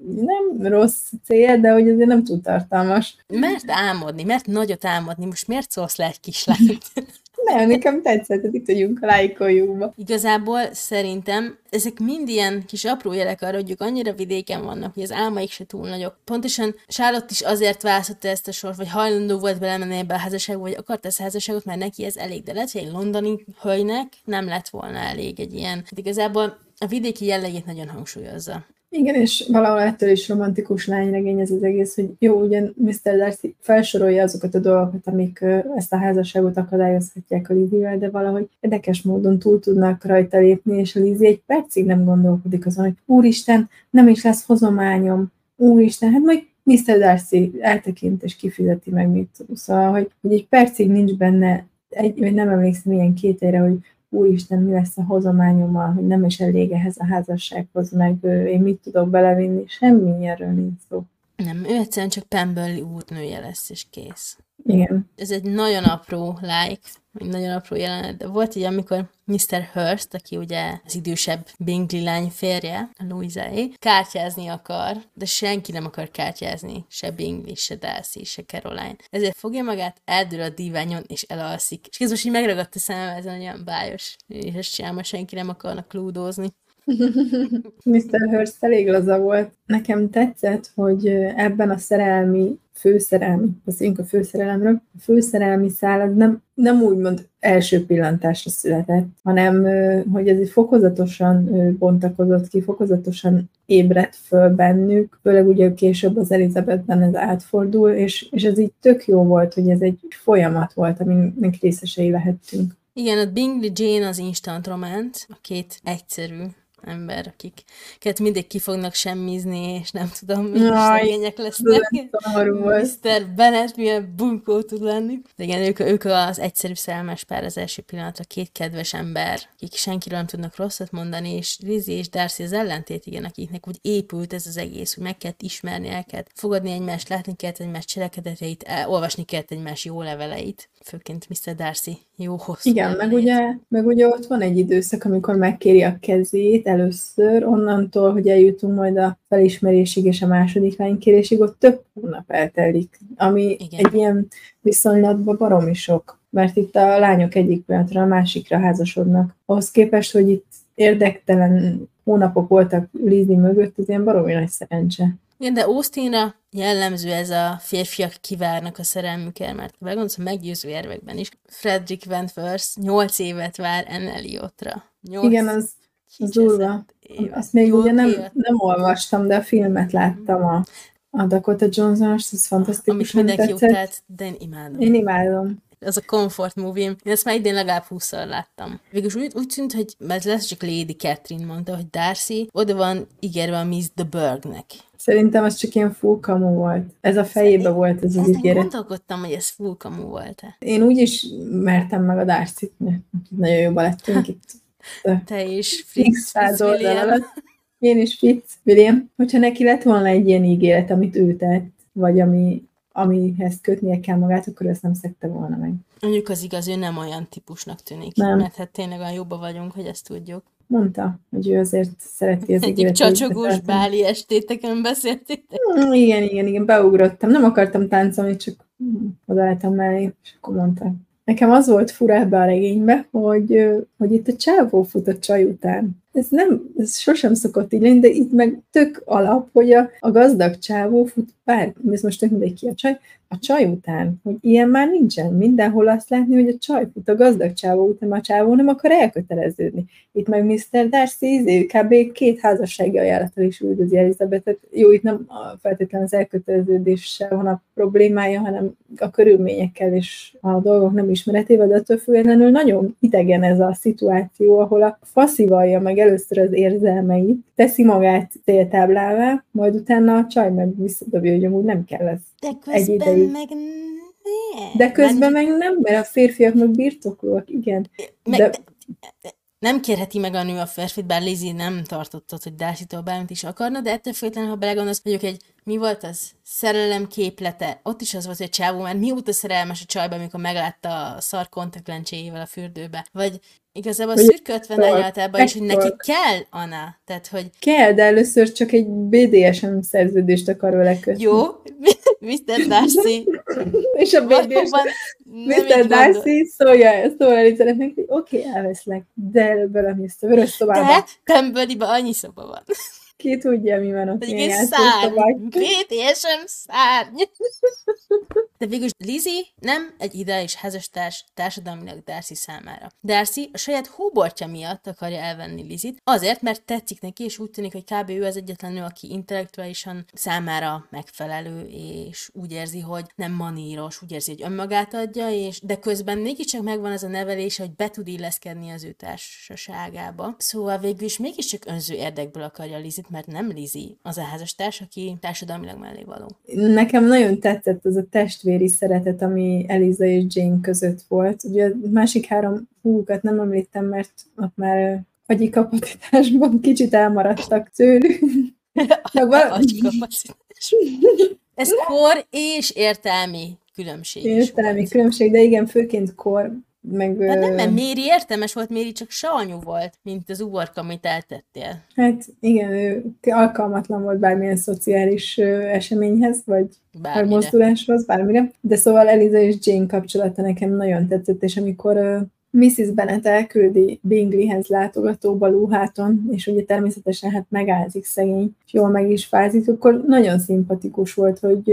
E: Nem rossz cél, de hogy azért nem túl tartalmas.
B: Mert álmodni, mert nagyot álmodni, most miért szólsz le egy kislányt?
E: Nem, nekem tetszett, hogy itt vagyunk a lájkoljukba.
B: Igazából szerintem ezek mind ilyen kis apró jelek arra, hogy ők annyira vidéken vannak, hogy az álmaik se túl nagyok. Pontosan Charlotte is azért választotta ezt a sort, vagy hajlandó volt belemenni ebbe a házasságba, vagy akart ezt a házasságot, mert neki ez elég. De lehet, hogy egy londoni hölgynek nem lett volna elég egy ilyen. Hát igazából a vidéki jellegét nagyon hangsúlyozza.
E: Igen, és valahol ettől is romantikus lányregény ez az egész, hogy jó, ugyan Mr. Darcy felsorolja azokat a dolgokat, amik ezt a házasságot akadályozhatják a Lizzie-vel, de valahogy érdekes módon túl tudnak rajta lépni, és a Lizzie egy percig nem gondolkodik azon, hogy úristen, nem is lesz hozományom, úristen, hát majd Mr. Darcy eltekint és kifizeti meg mit. Szóval, hogy egy percig nincs benne, vagy nem emlékszem ilyen kételyre, hogy úristen, mi lesz a hozományommal, hogy nem is elég ehhez a házassághoz, meg én mit tudok belevinni, semmi erről nincs szó.
B: Nem, ő egyszerűen csak Pemberley úrnője lesz, és kész.
E: Igen.
B: Ez egy nagyon apró egy nagyon apró jelenet, de volt így, amikor Mr. Hurst, aki ugye az idősebb Bingley lány férje, a Louisa-é, kártyázni akar, de senki nem akar kártyázni, se Bingley, se Darcy, se Caroline. Ezért fogja magát, eldől a díványon, és elalszik. És ez most így megragadt a szemem ezen olyan bájos, és ezt csinálom, senki nem akarnak klúdózni.
E: Mr. Hearst elég laza volt. Nekem tetszett, hogy ebben a beszéljünk a főszerelemről, a főszerelmi szál az nem úgymond első pillantásra született, hanem hogy ez így fokozatosan bontakozott ki, fokozatosan ébredt föl bennük, főleg ugye később az Elizabethben ez átfordul, és ez így tök jó volt, hogy ez egy folyamat volt, aminek részesei lehettünk.
B: Igen, a Bingley Jane az instant romance, a két egyszerű ember, akiket mindig ki fognak semmizni, és nem tudom, mi szegények lesznek. Mr. Bennet milyen bunkó tud lenni. De igen, ők az egyszerű szerelmes pár az első pillanatra, két kedves ember, akik senkiről nem tudnak rosszat mondani, és Lizzie és Darcy az ellentét, igen, akiknek úgy épült ez az egész, hogy meg kellett ismerni, el kellett fogadni egymást, látni kellett egymás cselekedeteit, olvasni kellett egymás jó leveleit. Főként Mr. Darcy jó hosszú.
E: Igen, meg ugye ott van egy időszak, amikor megkéri a kezét először, onnantól, hogy eljutunk majd a felismerésig és a második lánykérésig, ott több hónap eltelik, ami igen. Egy ilyen viszonylatban baromi sok, mert itt a lányok egyik pillanatra a másikra házasodnak. Ahhoz képest, hogy itt érdektelen hónapok voltak Lizzie mögött, ez ilyen baromi nagy szerencse.
B: Igen, de Austenra jellemző ez a férfiak kivárnak a szerelmükkel, mert megmondom, a meggyőző érvekben is. Frederick Wentworth 8 évet vár Anne Eliotra.
E: Igen, az durva. Azt még ugye nem olvastam, de a filmet láttam, a Dakota Johnson-os, ez fantasztikusan
B: amit mindenki utált, de én imádom.
E: Én imádom.
B: Az a comfort movie-m. Én ezt már idén legalább 20-szor láttam. Végülis úgy tűnt, hogy mert lesz csak Lady Catherine mondta, hogy Darcy oda van ígérve a Miss de Bourgh-nek.
E: Szerintem az csak ilyen full kamu volt. Ez a fejébe volt ez az ígéret.
B: Gondolkodtam, hogy ez full kamu volt-e.
E: Én úgy is mertem meg a Darcy-t, mert nagyon jobban lettünk itt.
B: Te is, Fritz
E: William. Én is Fritz William. Hogyha neki lett volna egy ilyen ígéret, amit ő tett, vagy amihez kötnie kell magát, akkor ezt nem szedte volna meg.
B: Mondjuk az igaz, ő nem olyan típusnak tűnik.
E: Nem.
B: Mert hát tényleg olyan jobban vagyunk, hogy ezt tudjuk.
E: Mondta, hogy ő azért szereti az ígéretet.
B: Egyik csacsogós báli estéteken beszéltétek.
E: Igen, beugrottam. Nem akartam táncolni, csak odaálltam mellé, és akkor mondta. Nekem az volt fura ebbe a regénybe, hogy itt a csávó fut a csaj után. Ez sosem szokott így lenni, de itt meg tök alap, hogy a gazdag csávó fut, ez most tök mindegy ki a csaj után, hogy ilyen már nincsen. Mindenhol azt látni, hogy a csaj fut a gazdag csávó után, a csávó nem akar elköteleződni. Itt meg Mr. Darcy kb. 2 házassági ajánlattal is üldözi Elizabethet. Jó, itt nem feltétlenül az elköteleződéssel van a problémája, hanem a körülményekkel és a dolgok nem ismeretével, de attól függetlenül nagyon idegen ez a szituáció, ahol a faszivalja meg először az érzelmeit, teszi magát céltáblává, majd utána a csaj meg visszadobja, hogy amúgy nem kell ez.
B: De közben meg nem.
E: De közben meg nem, mert a férfiak meg birtoklóak, igen.
B: Nem kérheti meg a nő a férfit, bár Lizzie nem tartottad, hogy Darcy-tól bármit is akarna, de ettől függetlenül, ha belegondolsz, mondjuk mi volt az? Szerelem képlete. Ott is az volt, hogy a csávó már mióta szerelmes a csajba, amikor meglátta a szar kontaktlencséjével a fürdőbe. Vagy igazából a szürke 50 általában is, hogy neki kell, Anna. Tehát, hogy...
E: Kell, de először csak egy BDSM szerződést akar vele kötni.
B: Jó, Mr. Darcy.
E: És a BDSM... Mr. Darcy szólja Elizabethnek, hogy oké, elveszlek, de előbb belemész a vörös szobába.
B: De Pemberley-ben annyi szoba van.
E: Ki tudja, mi van ott.
B: Egy szárny. BDSM szárny. De végülis Lizzie nem egy ideális házastárs társadalmilag Darcy számára. Darcy a saját hóbortja miatt akarja elvenni Lizzit, azért, mert tetszik neki, és úgy tűnik, hogy kb. Ő az egyetlen nő, aki intellektuálisan számára megfelelő, és úgy érzi, hogy nem maníros, úgy érzi, hogy önmagát adja, de közben mégiscsak megvan az a nevelés, hogy be tud illeszkedni az ő társaságába. Szóval végülis mégiscsak önző érdekből akarja Lizzit, mert nem Lizzie az a házastárs, aki társadalmilag mellé való. Nekem
E: nagyon tetszett az a testvéri szeretet, ami Eliza és Jane között volt. Ugye a másik 3 húgukat nem említem, mert ott már agyi kapacitásban kicsit elmaradtak tőlük.
B: Ez kor és értelmi különbség.
E: Értelmi különbség, de igen, főként kor. Meg,
B: de nem, mert Méri értelmes volt, Méri csak savanyú volt, mint az uborka, amit eltettél.
E: Hát igen, ő alkalmatlan volt bármilyen szociális eseményhez, vagy mozduláshoz, bármire. De szóval Eliza és Jane kapcsolata nekem nagyon tetszett, és amikor Mrs. Bennet elküldi Bingleyhez látogató balúháton, és ugye természetesen hát megálzik szegény, és jól meg is fázik, akkor nagyon szimpatikus volt, hogy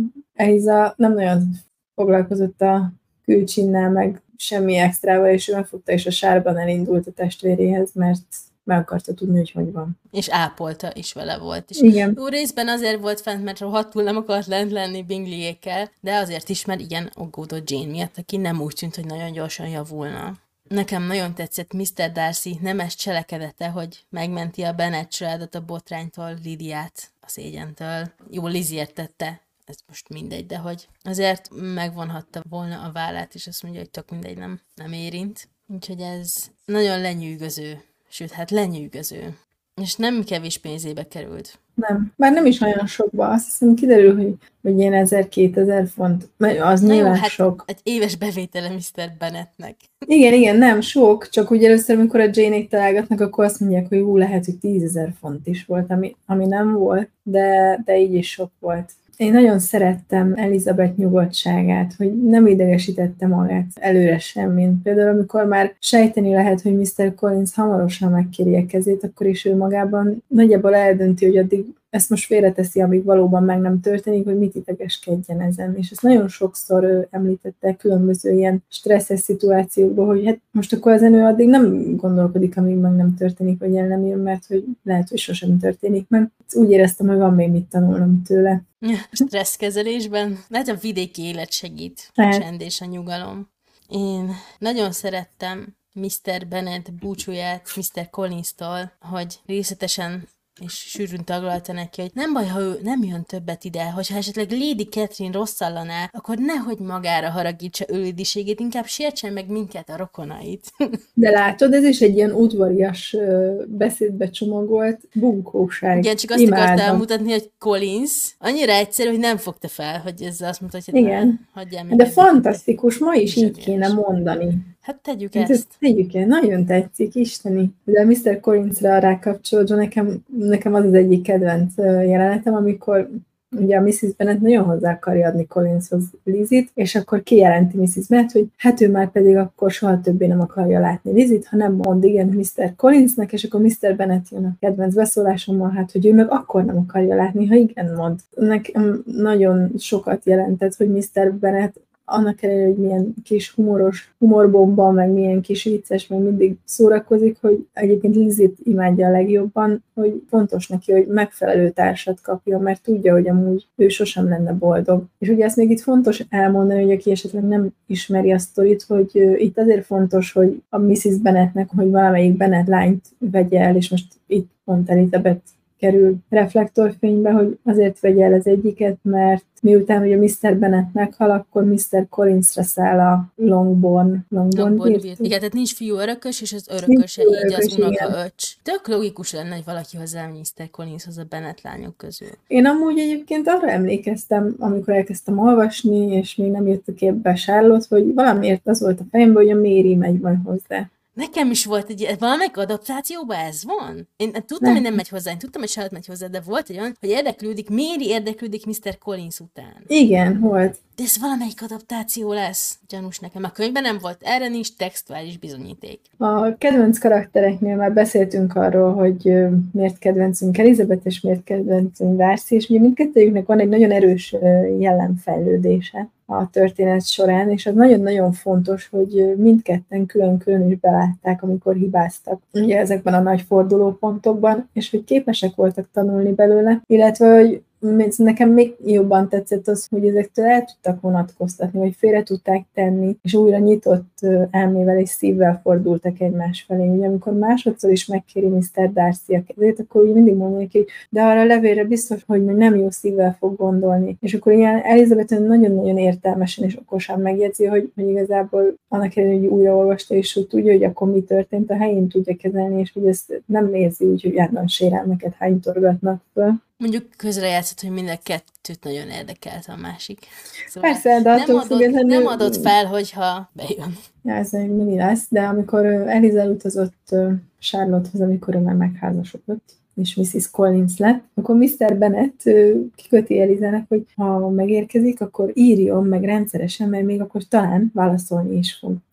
E: Eliza nem nagyon foglalkozott a külcsinnel, meg semmi extrával, és ő megfogta, és a sárban elindult a testvéréhez, mert meg akarta tudni, hogy hogy van.
B: És ápolta is vele volt. És
E: Igen.
B: jó részben azért volt fent, mert rohadtul nem akart lent lenni Bingleyékkel, de azért is, mert igen, aggódott Jane miatt, aki nem úgy tűnt, hogy nagyon gyorsan javulna. Nekem nagyon tetszett Mr. Darcy nemes cselekedete, hogy megmenti a Bennet családot a botránytól, Lidiát a szégyentől. Jó, Lizzieért tette, ez most mindegy, de hogy azért megvonhatta volna a vállát, és azt mondja, hogy tök mindegy, nem érint. Úgyhogy ez nagyon lenyűgöző. Sőt, hát lenyűgöző. És nem kevés pénzébe került.
E: Nem. Bár nem is olyan sokba. Azt hiszem kiderül, hogy ilyen 1000-2000 font. Az
B: Na
E: nyilván
B: jó, hát
E: sok.
B: egy éves bevétele Mr. Bennetnek.
E: Igen, nem sok. Csak úgy először, amikor a Jane-ék találgatnak, akkor azt mondják, hogy lehet, hogy 10 000 font is volt, ami nem volt, de így is sok volt. Én nagyon szerettem Elizabeth nyugodtságát, hogy nem idegesítette magát előre semmin. Például, amikor már sejteni lehet, hogy Mr. Collins hamarosan megkéri a kezét, akkor is ő magában nagyjából eldönti, hogy addig ezt most félreteszi, amíg valóban meg nem történik, hogy mit idegeskedjen ezen. És ezt nagyon sokszor említette különböző ilyen stresszes szituációkban, hogy hát most akkor ezen ő addig nem gondolkodik, amíg meg nem történik, vagy el nem jön, mert hogy lehet, hogy sosem történik meg. Úgy éreztem, hogy van még mit tanulnom tőle.
B: Stresszkezelésben? Lehet a vidéki élet segít. A csend és a nyugalom. Én nagyon szerettem Mr. Bennet búcsúját Mr. Collins-tól, hogy részletesen és sűrűn taglalta neki, hogy nem baj, ha ő nem jön többet ide, hogyha esetleg Lady Catherine rosszallaná, akkor nehogy magára haragítsa őlidiségét, inkább sértsen meg minket, a rokonait.
E: De látod, ez is egy ilyen udvarias beszédbe csomagolt bunkóság.
B: Igen, csak azt akart elmutatni, hogy Collins annyira egyszerű, hogy nem fogta fel, hogy ezzel azt mondta, hogy
E: igen.
B: Hagyjál meg.
E: De fantasztikus, ma is így kéne mondani.
B: Hát tegyük ezt.
E: Tegyük el, nagyon tetszik, isteni. De Mr. Collinsra rákapcsolódva nekem az egyik kedvenc jelenetem, amikor ugye a Mrs. Bennet nagyon hozzá akarja adni Collinshoz Lizzit, és akkor kijelenti Mrs. Bennet, hogy hát ő már pedig akkor soha többé nem akarja látni Lizzit, ha nem mond igen Mr. Collinsnek, és akkor Mr. Bennet jön a kedvenc beszólásommal, hát hogy ő meg akkor nem akarja látni, ha igen mond. Nekem nagyon sokat jelentett, hogy Mr. Bennet annak ellenére, hogy milyen kis humorbomba, meg milyen kis vicces, meg mindig szórakozik, hogy egyébként Lizzit imádja a legjobban, hogy fontos neki, hogy megfelelő társat kapjon, mert tudja, hogy amúgy ő sosem lenne boldog. És ugye ezt még itt fontos elmondani, hogy aki esetleg nem ismeri a sztorit, hogy itt azért fontos, hogy a Mrs. Bennetnek, hogy valamelyik Bennet lányt vegye el, és most itt pont Elizabeth kerül reflektorfénybe, hogy azért vegye el az egyiket, mert miután ugye Mr. Bennet meghal, akkor Mr. Collinsra száll a Longbourn
B: Igen, tehát nincs fiú örökös, és az örököse így az unokaöcs. Tök logikus lenne, hogy valaki hozzá Mr. Collinshoz a Bennet lányok közül.
E: Én amúgy egyébként arra emlékeztem, amikor elkezdtem olvasni, és még nem jött a képbe Charlotte, hogy valamiért az volt a fejemben, hogy a Mary megy majd hozzá.
B: Nekem is volt egy, valamelyik adaptációban ez van? Én tudtam, hogy nem megy hozzá, én tudtam, hogy Charlotte megy hozzá, de volt egy olyan, hogy Mary érdeklődik Mr. Collins után.
E: Igen, volt.
B: De ez valamelyik adaptáció lesz. Gyanús nekem. A könyvben nem volt, erre nincs textuális bizonyíték.
E: A kedvenc karaktereknél már beszéltünk arról, hogy miért kedvencünk Elizabeth, és miért kedvencünk Darcy, és ugye mindkettőjüknek van egy nagyon erős jellemfejlődése a történet során, és az nagyon-nagyon fontos, hogy mindketten külön-külön is belátták, amikor hibáztak ugye ezekben a nagy fordulópontokban, és hogy képesek voltak tanulni belőle, illetve, hogy nekem még jobban tetszett az, hogy ezektől el tudtak vonatkoztatni, vagy félre tudták tenni, és újra nyitott elmével és szívvel fordultak egymás felé. Ugye amikor másodszor is megkéri Mr. Darcy a kezét, akkor úgy mindig mondja neki, hogy de arra a levélre biztos, hogy nem jó szívvel fog gondolni. És akkor ilyen Elizabeth nagyon-nagyon értelmesen és okosan megjegyzi, hogy igazából annak ellenére, hogy újraolvasta, és hogy tudja, hogy akkor mi történt, a helyén tudja kezelni, és hogy ezt nem érzi úgy, hogy állandóan sérelmeket hánytorgatnak föl.
B: Mondjuk közrejátszott, hogy mind a kettőt nagyon érdekelt a másik.
E: Szóval persze, de
B: nem adott fel, hogyha bejön.
E: Ja, ez mi lesz, de amikor Eliza utazott Charlottehoz, amikor ő már megházasodott, és Mrs. Collins lett, akkor Mr. Bennet kiköti Elizának, hogy ha megérkezik, akkor írjon meg rendszeresen, mert még akkor talán válaszolni is fog.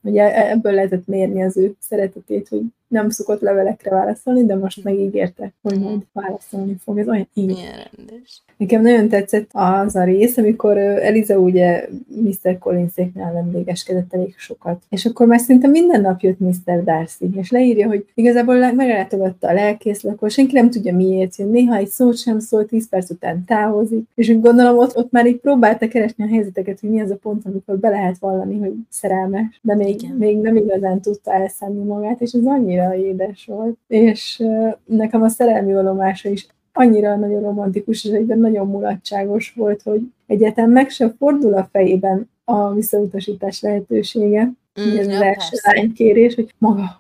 E: hogy ebből lehetett mérni az ő szeretetét, hogy nem szokott levelekre válaszolni, de most megígérte, hogy majd válaszolni fog. Ez olyan így.
B: Milyen rendes.
E: Nekem nagyon tetszett az a rész, amikor Eliza ugye Mr. Collinséknál vendégeskedett elég sokat. És akkor már szinte minden nap jött Mr. Darcy, és leírja, hogy igazából meglátogatta a lelkész, akkor senki nem tudja miért jön. Néha egy szót sem szól, 10 perc után távozik. És úgy gondolom, ott már így próbálta keresni a helyzeteket, hogy mi az a pont, amikor be lehet vallani, hogy szerelmes, de még nem igazán tudta elszánni magát, és ez annyira édes volt. És nekem a szerelmi vallomása is annyira nagyon romantikus, és egyben nagyon mulatságos volt, hogy egyáltalán meg sem fordul a fejében a visszautasítás lehetősége. Ez az első lánykérés, hogy maga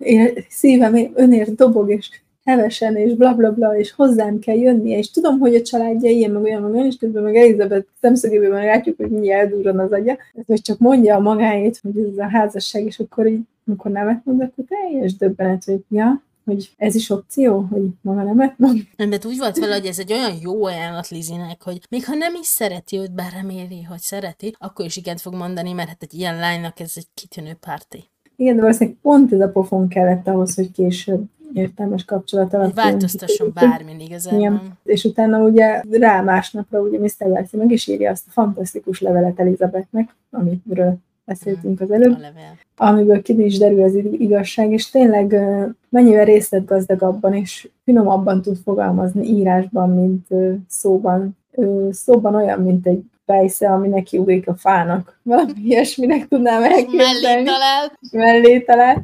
E: szívem önért dobog, és hevesen, és blablabla, bla, bla, és hozzám kell jönnie, és tudom, hogy a családja ilyen, meg olyan, és közben meg Elizabeth szemszögéből látjuk, hogy mindjárt eldurran az agya, hogy csak mondja a magáét, hogy ez a házasság, és akkor így, amikor nemet mond, akkor teljes döbbenet, hogy ja, hogy ez is opció, hogy maga nemet mond.
B: Nem, de úgy volt vele, hogy ez egy olyan jó ajánlat Lizinek, hogy még ha nem is szereti őt, bár reméli, hogy szereti, akkor is igent fog mondani, mert hát egy ilyen lánynak ez egy kitűnő párti.
E: Igen, de valószínűleg pont ez a pofon kellett ahhoz, hogy később értelmes kapcsolat alakuljon.
B: Változtasson bármin igazából. Igen.
E: És utána ugye rá másnapra ugye Mr. Darcy meg is írja azt a fantasztikus levelet Elizabethnek, amiről beszéltünk az előbb, amiből ki is derül az igazság, és tényleg mennyivel részletgazdagabban és finomabban tud fogalmazni írásban, mint szóban. Szóban olyan, mint egy fejsze, ami nekiugrik a fának. Valami ilyesminek tudnám elképzelni. Mellé talál.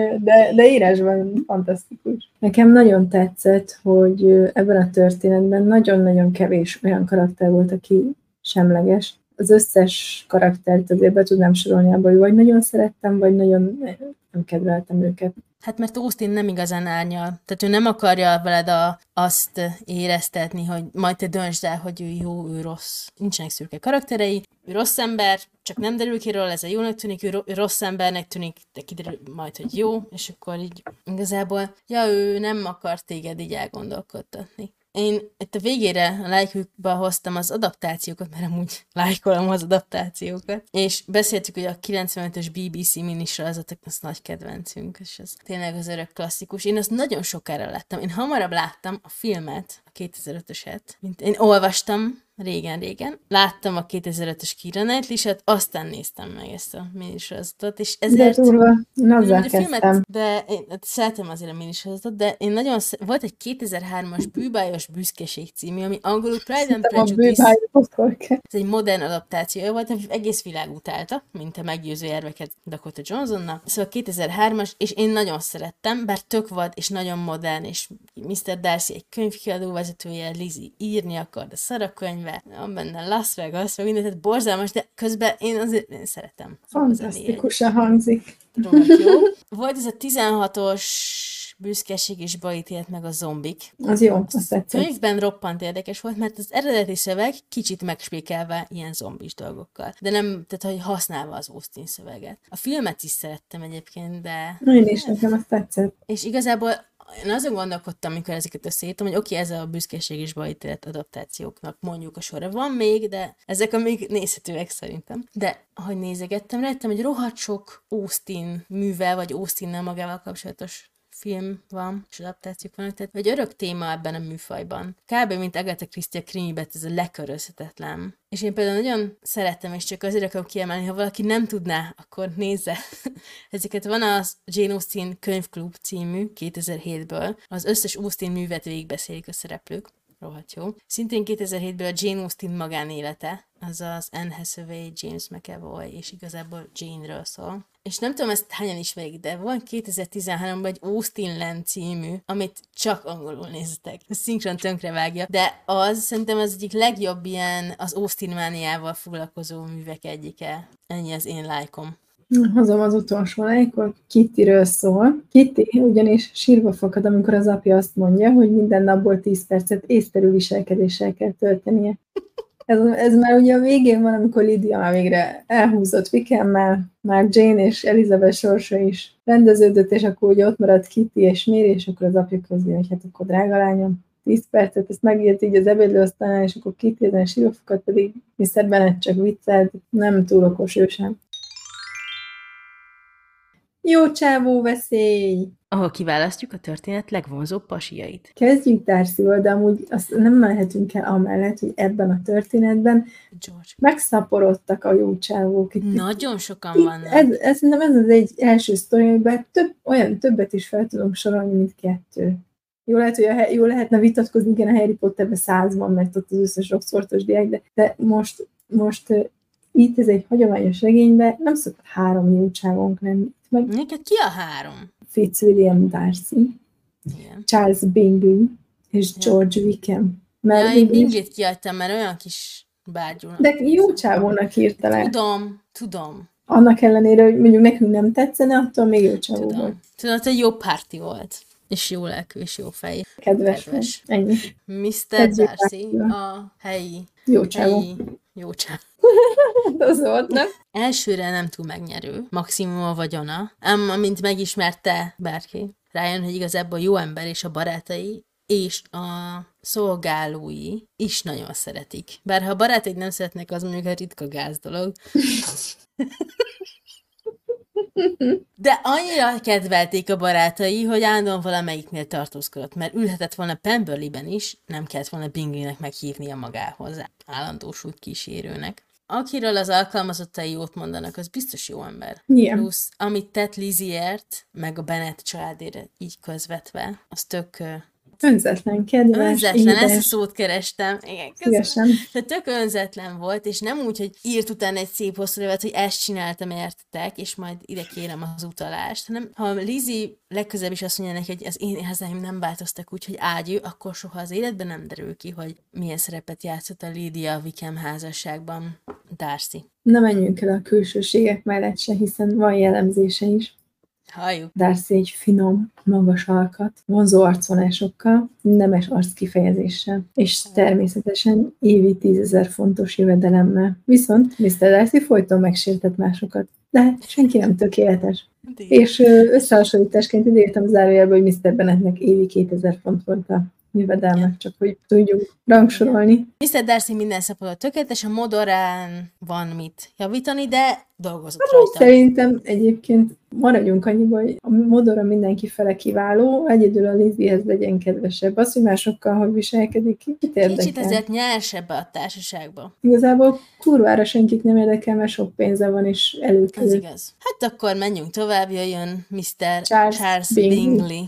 E: De írásban fantasztikus. Nekem nagyon tetszett, hogy ebben a történetben nagyon-nagyon kevés olyan karakter volt, aki semleges. Az összes karaktert azért be tudnám sorolni abba, hogy vagy nagyon szerettem, vagy nagyon nem kedveltem őket.
B: Hát mert Austin nem igazán árnyal. Tehát ő nem akarja veled azt éreztetni, hogy majd te döntsd el, hogy ő jó, ő rossz. Nincsenek szürke karakterei, ő rossz ember, csak nem derül ki róla, ez a jónak tűnik, ő rossz embernek tűnik, de kiderül majd, hogy jó, és akkor így igazából, ő nem akar téged így elgondolkodtatni. Én itt a végére a lájkükba hoztam az adaptációkat, mert amúgy lájkolom az adaptációkat, és beszéltük, hogy a 95-ös BBC minisorozatok az nagy kedvencünk, és ez tényleg az örök klasszikus. Én azt nagyon sokára láttam. Én hamarabb láttam a filmet, a 2005-öset, mint én olvastam régen-régen, láttam a 2005-ös Keira Knightley-set, aztán néztem meg ezt a minisorozatot, és ezért...
E: De durva, én azzal kezdtem.
B: De én szeretem azért a minisorozatot, de én nagyon volt egy 2003-as Bűbájos büszkeség című, ami angolul Pride and Prejudice. Ez egy modern adaptációja volt, ami egész világ utálta, mint a meggyőző érveket Dakota Johnsonnak. Szóval 2003-as, és én nagyon szerettem, bár tök vad, és nagyon modern, és Mr. Darcy egy könyvkiadó vezetője, Lizzie írni akar, de szar a könyve, van benne Las Vegas, meg mindent, tehát borzalmas, de közben én szeretem.
E: Fantasztikusan hangzik.
B: Jó. Volt ez a 16-os büszkeség és beítélt meg a zombik.
E: Az jó, azt tetszett.
B: Könyvben roppant érdekes volt, mert az eredeti szöveg kicsit megspékelve ilyen zombis dolgokkal. De nem, tehát hogy használva az Austin szöveget. A filmet is szerettem egyébként, de...
E: Én is, nekem azt tetszett.
B: És igazából én azon gondolkodtam, amikor ezeket összeírtam, hogy oké, ez a büszkeség és beítélt adaptációknak mondjuk a sorra van még, de ezek a még nézhetőek szerintem. De ahogy nézegettem, rájöttem, hogy rohadt sok Austin művel, vagy Austinnal magával kapcsolatos film van, és adaptációk vannak, tehát egy örök téma ebben a műfajban. Kb. Mint Agatha Christie a krimibet, ez a lekörözhetetlen. És én például nagyon szerettem, és csak azért akarom kiemelni, ha valaki nem tudná, akkor nézze. Ezeket van a Jane Austen könyvklub című 2007-ből. Az összes Austen művet végigbeszélik a szereplők. Rohadt jó. Szintén 2007-ből a Jane Austen magánélete, azaz Anne Hathaway, James McAvoy, és igazából Jane-ről szól. És nem tudom, ezt hányan ismerik, de van 2013-ban egy Austen Land című, amit csak angolul néztek. A szinkron tönkrevágja, de az szerintem az egyik legjobb ilyen az Austen mániával foglalkozó művek egyike. Ennyi az én lájkom.
E: Hozom az utolsó lájkot, Kittyről szól. Kitty ugyanis sírva fakad, amikor az apja azt mondja, hogy minden napból 10 percet észterű viselkedéssel kell töltenie. Ez már ugye a végén van, amikor Lydia már végre elhúzott Wickham-mel, már Jane és Elizabeth sorsa is rendeződött, és akkor ugye ott maradt Kitty és Mary, és akkor az apja közé, hogy hát akkor drága lányom, 10 percet, ezt megírt így az ebédlőasztalnál, és akkor Kitty ezen sírva fakad, pedig Mr. Bennet csak viccelt, nem túl okos ő sem. Jó csávó veszély!
B: Ahol kiválasztjuk a történet legvonzóbb pasiait.
E: Kezdjük Darcyval, de amúgy azt nem mehetünk el amellett, hogy ebben a történetben
B: George.
E: megszaporodtak a jó csávók.
B: Nagyon sokan vannak.
E: Szerintem ez az egy első sztori, amiben többet is fel tudunk sorolni, mint 2. Jó lehet, hogy jó lehetne vitatkozni, igen, a Harry Potterben 100 van, mert ott az összes Oxfordos diák, de most itt ez egy hagyományos regényben nem szokott 3 jó csávónk lenni.
B: Neked ki a 3?
E: Fitzwilliam Darcy,
B: Igen.
E: Charles Bingley és George Wickham.
B: Ja, én Binglit kiadtam, mert olyan kis bágyúnak.
E: De jó csávónak írta le.
B: Tudom.
E: Annak ellenére, hogy mondjuk nekünk nem tetszene, attól még jó csávó volt.
B: Tudom, hogy jó párti volt. És jó lelkű, és jó fej.
E: Kedves. Ennyi.
B: Mr. Darcy, a helyi...
E: Jó csávó.
B: Jó csávó.
E: Az volt, nem?
B: Elsőre nem túl megnyerő, maximum a vagyona, amint megismerte bárki, rájön, hogy igazából jó ember, és a barátai és a szolgálói is nagyon szeretik. Bár ha a barátaid nem szeretnek, az mondjuk egy ritka gáz dolog. De annyira kedvelték a barátai, hogy állandóan valamelyiknél tartózkodott, mert ülhetett volna Pemberley-ben is, nem kellett volna Bingleynek meghívnia magához, állandós kísérőnek. Akiről az alkalmazottai jót mondanak, az biztos jó ember.
E: Igen.
B: Plusz, amit tett Lizzieért, meg a Bennett családért így közvetve, az tök...
E: Önzetlen, kedves,
B: Önzetlen,
E: édes.
B: ezt a szót kerestem. Igen,
E: Szívesen.
B: tehát tök önzetlen volt, és nem úgy, hogy írt utána egy szép hosszú levelet, hogy ezt csináltam értetek, és majd ide kérem az utalást, hanem ha Lizzie legközelebb is azt mondja neki, hogy az én érzelmeim nem változtak úgy, hogy ágyű, akkor soha az életben nem derül ki, hogy milyen szerepet játszott a Lydia Wickham házasságban Darcy.
E: Ne menjünk el a külsőségek mellett se, hiszen van jellemzése is.
B: Halljuk.
E: Darcy egy finom, magas alkat, vonzó arcvonásokkal, nemes arckifejezéssel, és természetesen évi 10 000 fontos jövedelemmel. Viszont Mr. Darcy folyton megsértett másokat. De hát senki nem tökéletes. És összehasonlításként írtam zárójelbe, hogy Mr. Bennetnek évi 2000 font volt a jövedelmek, csak hogy tudjuk rangsorolni.
B: Mr. Darcy minden szempontból tökéletes, a modorán van mit javítani, de dolgozott rajta.
E: Szerintem egyébként maradjunk annyiba, hogy a modorra mindenki fele kiváló, egyedül a Lizziehez legyen kedvesebb. Az, hogy másokkal hogy viselkedik, kit érdekel?
B: Kicsit ezért nyersebb a társaságba.
E: Igazából kurvára senkit nem érdekel, mert sok pénze van, és előkerül.
B: Az igaz. Hát akkor menjünk tovább, jöjjön Mr.
E: Charles
B: Bingley.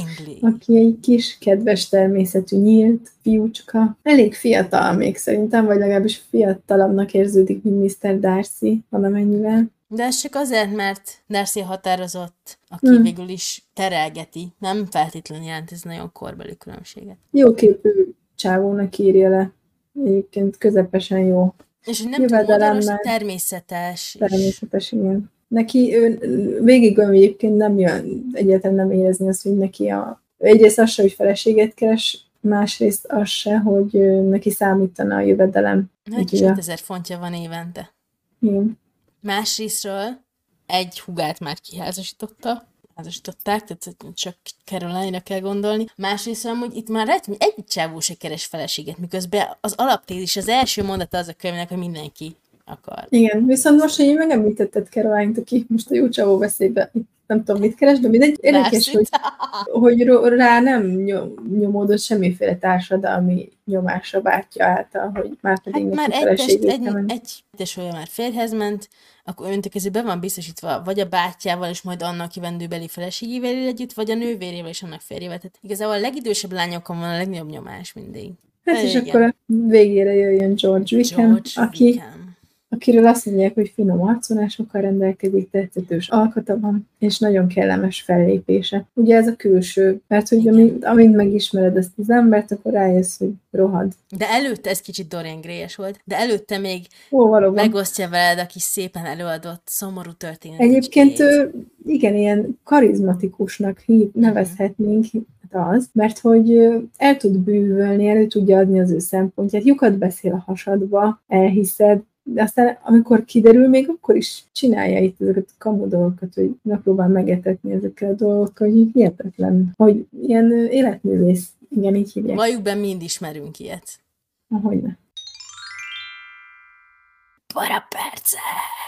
E: Aki egy kis, kedves természetű nyílt fiúcska. Elég fiatal még szerintem, vagy legalábbis fiatalabbnak érződik, mint Mr. Darcy valamennyivel.
B: De ez csak azért, mert Darcy határozott, aki végül is terelgeti. Nem feltétlenül jelent ez nagyon korbeli különbséget.
E: Jó képű csávónak írja le. Egyébként közepesen jó.
B: És hogy nem túl modoros, természetes.
E: Természetes, igen. Neki végig egyébként nem jön, egyáltalán nem érezni azt, hogy neki egyrészt az se, hogy feleséget keres, másrészt az se, hogy neki számítana a jövedelem.
B: Egy 5000 fontja van évente.
E: Igen.
B: Másrésztről egy hugát már kiházasították, tehát csak Caroline-ra kell gondolni. Másrésztről amúgy itt már egy csávó se keres feleséget, miközben az alaptézis, az első mondata az a könyvnek, hogy mindenki akar.
E: Igen, viszont most, hogy megemlítetted Caroline-t, aki most a jó csávó veszélybe, nem tudom, mit keres, de mindegy. Érdekes, hogy rá nem nyomódott semmiféle társadalmi nyomásra bátyja által, hogy már pedig
B: hát
E: neki
B: már
E: feleségét
B: egy tesója már férjhez ment, akkor öntökező be van biztosítva, vagy a bátyjával, és majd annak jövendőbeli feleségével együtt, vagy a nővérével és annak férjével. Tehát igazából a legidősebb lányokon van a legnagyobb nyomás mindig.
E: Hát és akkor a végére jöjjön George Wickham, akiről azt mondják, hogy finom arcvonásokkal rendelkezik, tetszetős alkata van, és nagyon kellemes fellépése. Ugye ez a külső, mert hogy amint megismered ezt az embert, akkor rájössz, hogy rohad.
B: De előtte ez kicsit Dorian Gray-es volt, de előtte még megosztja veled, aki szépen előadott szomorú történetet.
E: Egyébként igen, ilyen karizmatikusnak nevezhetnénk az, mert hogy el tud bűvölni, elő tudja adni az ő szempontját, lyukat beszél a hasadba, elhiszed, de aztán, amikor kiderül, még akkor is csinálja itt ezeket a kamu dolgokat, hogy megpróbál megetetni ezekkel a dolgokkal, hogy hihetetlen, hogy ilyen életművész, igen, így hívják.
B: Valljuk be, mind ismerünk ilyet.
E: Ahogyne.
B: Parapercek!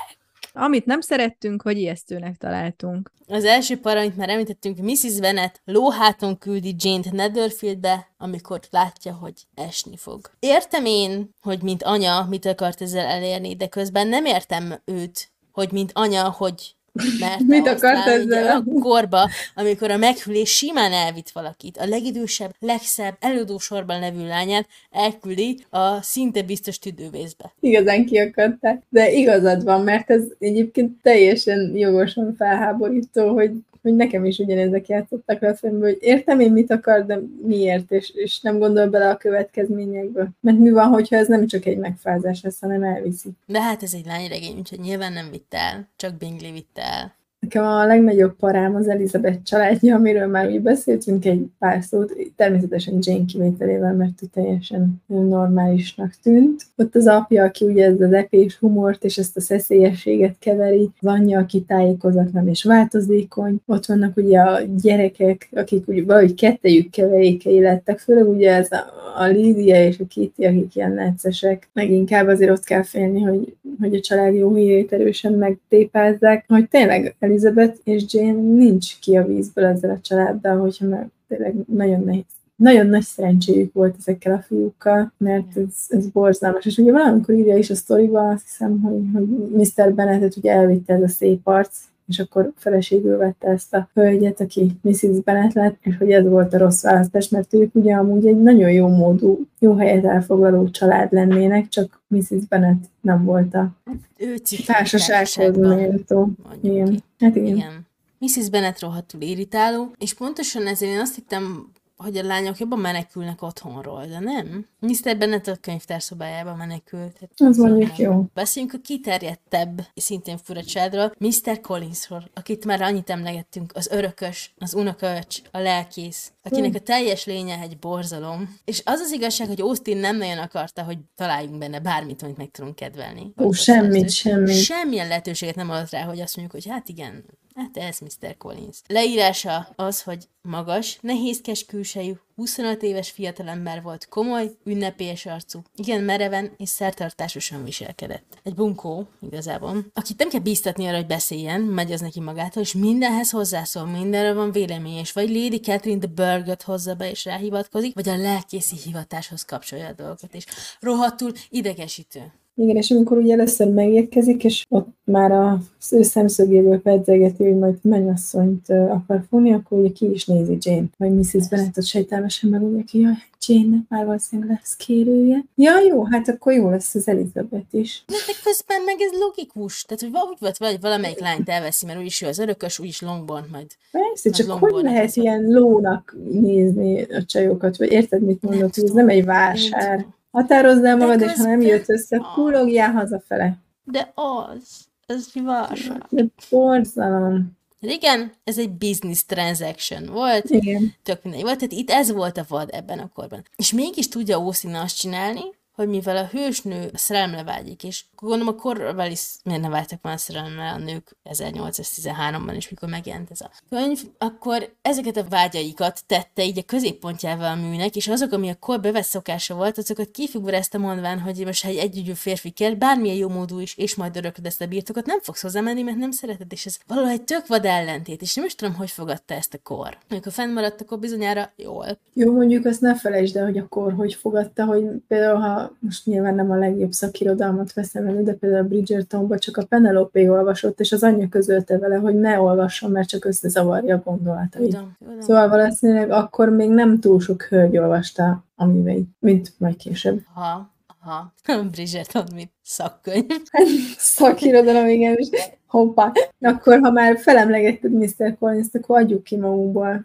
C: Amit nem szerettünk, hogy ijesztőnek találtunk.
B: Az első para, amit már említettünk, Mrs. Bennet lóháton küldi Jane-t Netherfieldbe, amikor látja, hogy esni fog. Értem én, hogy mint anya mit akart ezzel elérni, de közben nem értem őt, hogy mint anya, hogy
E: Mit
B: merte
E: akart
B: használni egy
E: ezzel?
B: olyan korba, amikor a meghűlés simán elvitt valakit. A legidősebb, legszebb, előadósorban levő lányát elküldi a szinte biztos tüdővészbe.
E: Igazán kiakadtál. De igazad van, mert ez egyébként teljesen jogosan felháborító, hogy nekem is ugyanezek játszottak le a fejembe, hogy értem én mit akar, de miért, és nem gondol bele a következményekbe. Mert mi van, hogyha ez nem csak egy megfázás lesz, hanem elviszi.
B: De hát ez egy lányregény, úgyhogy nyilván nem vitt el, csak Bingley vitt el.
E: Nekem a legnagyobb parám az Elizabeth családja, amiről már úgy beszéltünk egy pár szót, természetesen Jane kivételével, mert teljesen normálisnak tűnt. Ott az apja, aki ugye ezt az epés humort és ezt a szeszélyességet keveri, az anyja, aki tájékozatlan és változékony. Ott vannak ugye a gyerekek, akik ugye valahogy kettejük keverékei lettek, főleg ugye ez a Lydia és a Kitty, akik ilyen neccesek. Leginkább azért ott kell félni, hogy a család jó hírét erősen megtépázzák, hogy tényleg Elizabeth és Jane nincs ki a vízből ezzel a családdal, hogyha már tényleg nagyon nehéz. Nagyon nagy szerencséjük volt ezekkel a fiúkkal, mert ez borzalmas. És ugye valamikor írja is a sztoriban, azt hiszem, hogy Mr. Bennettet ugye elvitte ez a szép arc, és akkor feleségül vette ezt a hölgyet, aki Mrs. Bennet lett, és hogy ez volt a rossz választás, mert ők ugye amúgy egy nagyon jó módú, jó helyet elfoglaló család lennének, csak Mrs. Bennet nem volt a társasághoz méltó. Igen. Hát igen.
B: Mrs. Bennet rohadtul irritáló, és pontosan ezért én azt hittem, hogy a lányok jobban menekülnek otthonról, de nem. Mr. Bennet a könyvtárszobájába menekült.
E: Az mondjuk jó.
B: Beszéljünk a kiterjedtebb, szintén fura családról, Mr. Collinsról, akit már annyit emlegettünk, az örökös, az unokaöcs, a lelkész, akinek a teljes lénye egy borzalom. És az az igazság, hogy Austen nem nagyon akarta, hogy találjunk benne bármit, amit meg tudunk kedvelni.
E: Semmit.
B: Semmilyen lehetőséget nem adott rá, hogy azt mondjuk, hogy hát igen, hát ez Mr. Collins. Leírása az, hogy magas, nehézkes külsejű, 25 éves fiatalember volt, komoly, ünnepélyes arcú, igen mereven és szertartásosan viselkedett. Egy bunkó, igazából, akit nem kell bíztatni arra, hogy beszéljen, megy az neki magától, és mindenhez hozzászól, mindenre van véleménye, és vagy Lady Catherine de Burgh-ot hozza be és ráhivatkozik, vagy a lelkészi hivatáshoz kapcsolja a dolgokat, és rohadtul idegesítő.
E: Igen, és amikor ugye először megérkezik, és ott már az ő szemszögéből pedzegeti, hogy majd mennyasszonyt akar fogni, akkor ugye ki is nézi Jane, vagy Mrs. Bennetet sejtelmesen megmondja ki, jaj, Jane-nek már valószínűleg lesz kérője. Ja, jó, hát akkor jó lesz az Elizabeth is.
B: De közben meg ez logikus, tehát hogy úgy volt, vagy valamelyik lányt elveszi, mert úgyis ő az örökös, úgyis Longbourn majd.
E: Persze, csak hogy lehet ilyen lónak nézni a csajokat, vagy érted, mit mondok, hogy ez nem egy vásár. Határozd el magad, és ha nem jött össze, kulogjál hazafele.
B: De ez vásár.
E: De borzalom.
B: Igen, ez egy business transaction volt.
E: Igen.
B: Tök mindegy volt, tehát itt ez volt a vad ebben a korban. És mégis tudja Austen azt csinálni, hogy mivel a hősnő szerelemre vágyik, és gondolom a korral is miért ne vágytak már szerelemre a nők 1813-ban is, mikor megjelent ez a könyv, akkor ezeket a vágyaikat tette így a középpontjával a műnek, és azok, ami a kor bevett szokása volt, azokat kifigurázta mondván, hogy most ha egy együgyű férfi kell, bármilyen jó módú is, és majd örököd ezt a birtokot, nem fogsz hozzámenni, mert nem szereted, és ez valahogy tök vad ellentét, és nem is tudom, hogy fogadta ezt a kor. Amikor fennmaradt, akkor bizonyára jól.
E: Jó, mondjuk azt ne felejtsd el, hogy a kor hogy fogadta, hogy például, ha most nyilván nem a legjobb szakirodalmat veszem elő, de például a Bridgertonban csak a Penelope olvasott, és az anyja közölte vele, hogy ne olvasson, mert csak összezavarja a gondolatait.
B: Tudom.
E: Szóval valószínűleg akkor még nem túl sok hölgy olvasta a műveit, mint majd később.
B: Aha. Bridgerton, mint szakkönyv.
E: Szakirodalom, igen, és hoppá. Akkor, ha már felemlegetted Mr. Collins-t, akkor adjuk ki magunkból.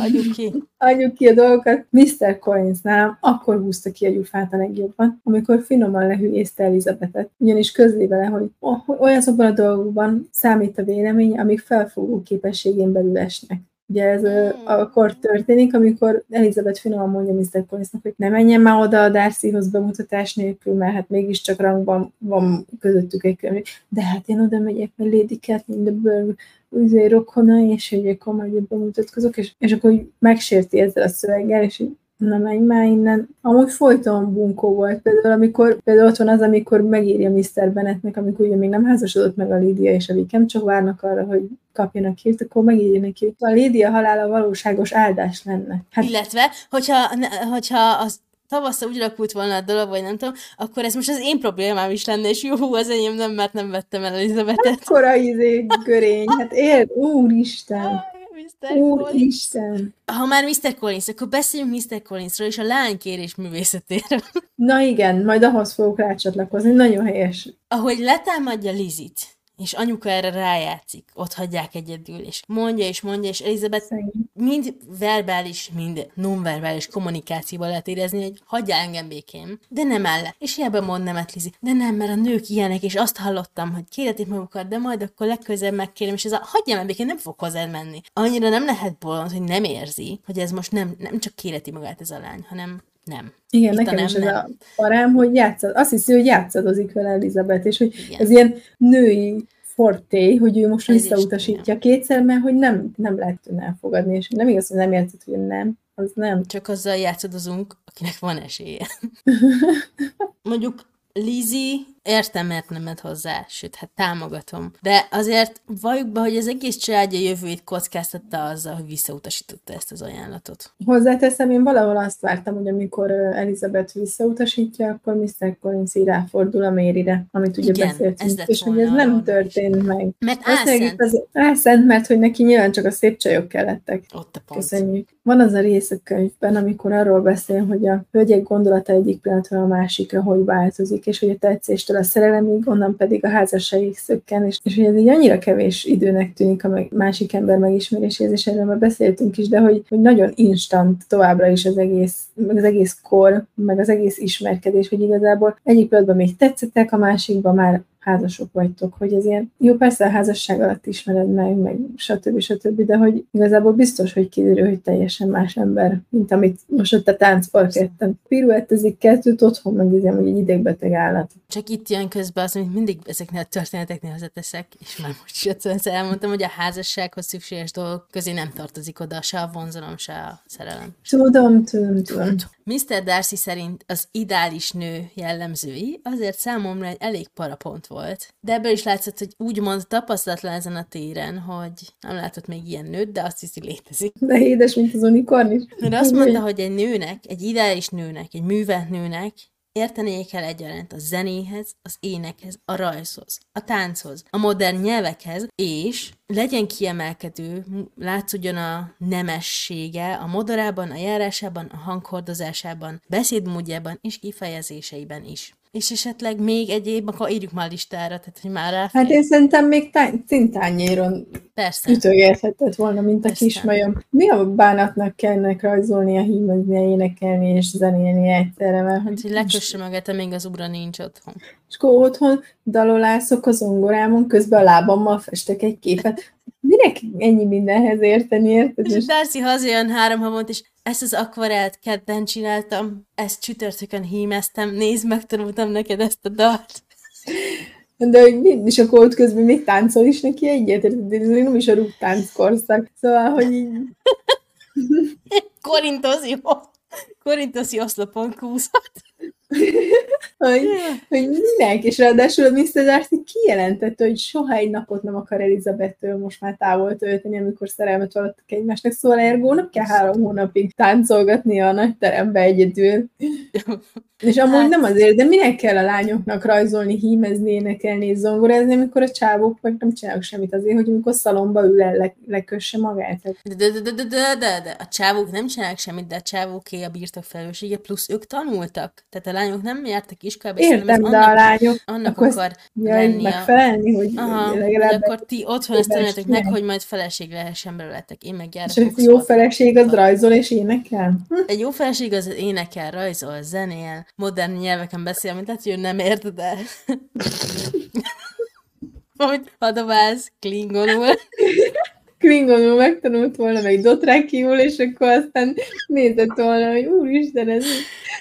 E: Adjuk ki a dolgokat. Mr. Collins nálam akkor húzta ki a gyufát a legjobban, amikor finoman lehülyézte Elizabethet. Ugyanis közli vele, hogy olyanokban a dolgokban számít a vélemény, amik felfogó képességén belül esnek. Ugye ez akkor történik, amikor Elizabeth finoman mondja Mr. Collinsnak, hogy ne menjen már oda a Darcyhoz bemutatás nélkül, mert hát mégiscsak rangban van közöttük egy könyv. De hát én oda megyek, mert Lady Catherine de Burgh rokona, és hogy akkor majd bemutatkozok, és akkor megsérti ezzel a szöveggel, és Na menj már innen. Amúgy folyton bunkó volt. Például ott van az, amikor megírja Mr. Bennetnek, amikor ugye még nem házasodott meg a Lídia és a Wickham, csak várnak arra, hogy kapjanak hírt, akkor megírja neki, a Lídia halála valóságos áldás lenne. Hát
B: Illetve, hogyha az tavasszal úgy alakult volna a dolog, vagy nem tudom, akkor ez most az én problémám is lenne, és jó, az enyém nem, mert nem vettem el Elizabetet.
E: akkora görény, hát úristen,
B: Mr. Collins.
E: úristen.
B: Ha már Mr. Collins, akkor beszéljünk Mr. Collinsról és a lánykérés művészetéről.
E: Na igen, majd ahhoz fogok rácsatlakozni, nagyon helyes.
B: Ahogy letámadja Lizit, és anyuka erre rájátszik, ott hagyják egyedül, és mondja, és Elizabeth
E: Szegény.
B: mind verbális, mind nonverbális kommunikációval lehet érezni, hogy hagyja engem békén, de nem áll le. És hiába mond nemet Lizi, de nem, mert a nők ilyenek, és azt hallottam, hogy kérhetik magukat, de majd akkor legközelebb megkérem, és ez a hagyja meg békén, nem fog hozzád menni. Annyira nem lehet bolond, hogy nem érzi, hogy ez most nem csak kérheti magát ez a lány, hanem nem.
E: Igen,
B: Itt a
E: nekem
B: nem,
E: is ez
B: nem.
E: a parám, hogy azt hiszi, hogy játszadozik vele Elizabeth, és hogy
B: Igen.
E: ez ilyen női forté, hogy ő most
B: Ez is
E: visszautasítja kétszer, mert hogy nem lehet tőle elfogadni, és nem igaz, hogy nem érted, hogy nem, az nem.
B: Csak azzal játszadozunk, akinek van esélye. Mondjuk Lizzie, értem, mert nem ment hozzá, sőt, hát támogatom. De azért valljuk be, hogy az egész családja jövőjét kockáztatta azzal, hogy visszautasította ezt az ajánlatot.
E: Hozzáteszem, én valahol azt vártam, hogy amikor Elizabeth visszautasítja, akkor Mr. Collins így ráfordul a Maryre, amit ugye
B: Igen,
E: beszéltünk,
B: ez lett
E: és hogy ez
B: volna
E: nem
B: arról.
E: történt meg.
B: Mert
E: Valószínűleg
B: álszent.
E: itt az álszent, mert hogy neki nyilván csak a szép csajok kellettek.
B: Ott a pont.
E: Köszönjük. Van az a rész a könyvben, amikor arról beszél, hogy a hölgyek gondolata egyik pillanatról a másikra hogy változik, és hogy a tetszéstől a szerelemig, onnan pedig a házasságig szökken, és hogy ez így annyira kevés időnek tűnik a másik ember megismeréséhez, és erről már beszéltünk is, de hogy nagyon instant továbbra is az egész kor, meg az egész ismerkedés, hogy igazából egyik pillanatban még tetszettek, a másikban már házasok vagytok, hogy ez ilyen, jó, persze a házasság alatt ismered meg stb. De hogy igazából biztos, hogy kiderül, hogy teljesen más ember, mint amit most ott a táncparketten. Piruettezik kettőt, otthon megnézem, hogy egy idegbeteg állat.
B: Csak itt jön közben az, amit mindig ezeknél a történeteknél hozzáteszek, és már most is egyszer elmondtam, hogy a házassághoz szükséges dolgok közé nem tartozik oda se a vonzalom, se a szerelem.
E: Tudom.
B: Mr. Darcy szerint az ideális nő jellemzői azért számomra egy elég parapont volt. De ebből is látszott, hogy úgymond tapasztalatlan ezen a téren, hogy nem látott még ilyen nőt, de azt hiszi létezik.
E: De édes, mint az unikorn is.
B: Mert azt mondta, hogy egy nőnek, egy ideális nőnek, egy művelt nőnek értenie kell egyaránt a zenéhez, az énekhez, a rajzhoz, a tánchoz, a modern nyelvekhez, és legyen kiemelkedő, látszódjon a nemessége a modorában, a járásában, a hanghordozásában, beszédmódjában és kifejezéseiben is. És esetleg még egyéb, akkor írjuk már listára, tehát hogy már ráfér.
E: Hát én szerintem még cintányéron
B: Persze.
E: ütögethetett volna, mint a
B: Persze.
E: kismajom. Mi a bánatnak kellene rajzolnia, hímeznie, énekelni és zenélni egyszerre? Mert
B: Hát, hogy lekösse magát, amíg az ura nincs otthon.
E: és akkor otthon dalolászok a zongorámon, közben a lábammal festek egy képet. Minek ennyi mindenhez érteni, érted?
B: És Darcy hazajön 3 havont, és ezt az akvarelt kedden csináltam, ezt csütörtökön hímeztem, nézd, megtanultam neked ezt a dalt.
E: De hogy mi? És akkor ott közben még táncol is neki egyet, ez még nem is a rúgtánc korszak. Szóval, hogy így...
B: Korintoszi oszlopon kúszott.
E: hogy minek, és ráadásul a Mr. Darcy kijelentette, hogy soha egy napot nem akar Elizabettől most már távol tölteni, amikor szerelmet vallottak egymásnak, szóval ergo nem kell 3 hónapig táncolgatnia a nagy terembe egyedül. És amúgy nem azért, de minek kell a lányoknak rajzolni, hímezni, énekelni és zongorázni, amikor a csávók meg nem csinálnak semmit azért, hogy amikor szalomba ül el, lekösse magát.
B: De a csávók nem csinálnak semmit, de a csávóké a birtok felelőssége, plusz ők tanultak. Tehát a lányok nem jártak iskolába, és
E: Értem, de a lányok
B: annak
E: akkor
B: akar
E: lenni
B: lenni
E: megfelelni, hogy
B: Aha,
E: legalább...
B: hogy akkor ti otthon ezt tanuljátok meg,
E: csinálj.
B: hogy majd feleség lehessen belőletek. Én meg járok
E: És egy jó feleség az rajzol és énekel?
B: Egy jó feleség az énekel, rajzol, zenél, modern nyelveken beszél, amit lehet, hogy ő nem ért, de... Amit hadoválsz, klingonul.
E: Klingonul megtanult volna, meg dotrákiul, és akkor aztán nézett volna, hogy úristen, ez...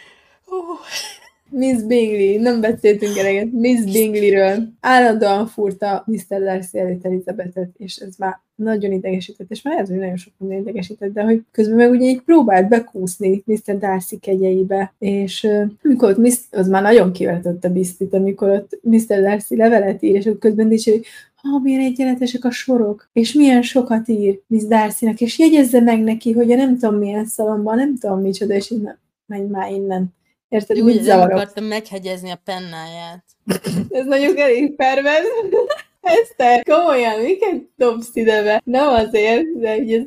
E: Miss Bingley, nem beszéltünk eleget, Miss Bingleyről. Állandóan furta Mr. Darcy előtt Elizabethet, és ez már nagyon idegesített, és már lehet, hogy nagyon sok minden idegesített, de hogy közben meg ugye így próbált bekúszni Mr. Darcy kegyeibe, és amikor ott az már nagyon kivetett a biztit, amikor ott Mr. Darcy levelet ír, és ott közben dicséri, milyen egyenletesek a sorok, és milyen sokat ír Miss Darcynak, és jegyezze meg neki, hogy a nem tudom milyen szalomban, nem tudom micsoda, és innen, menj már innen. Érted,
B: Jó,
E: mit
B: nem
E: zavarok?
B: akartam meghegyezni a pennáját.
E: Ez nagyon elég pervers. Eszter, komolyan, miket dobsz idebe? Nem azért, de ugye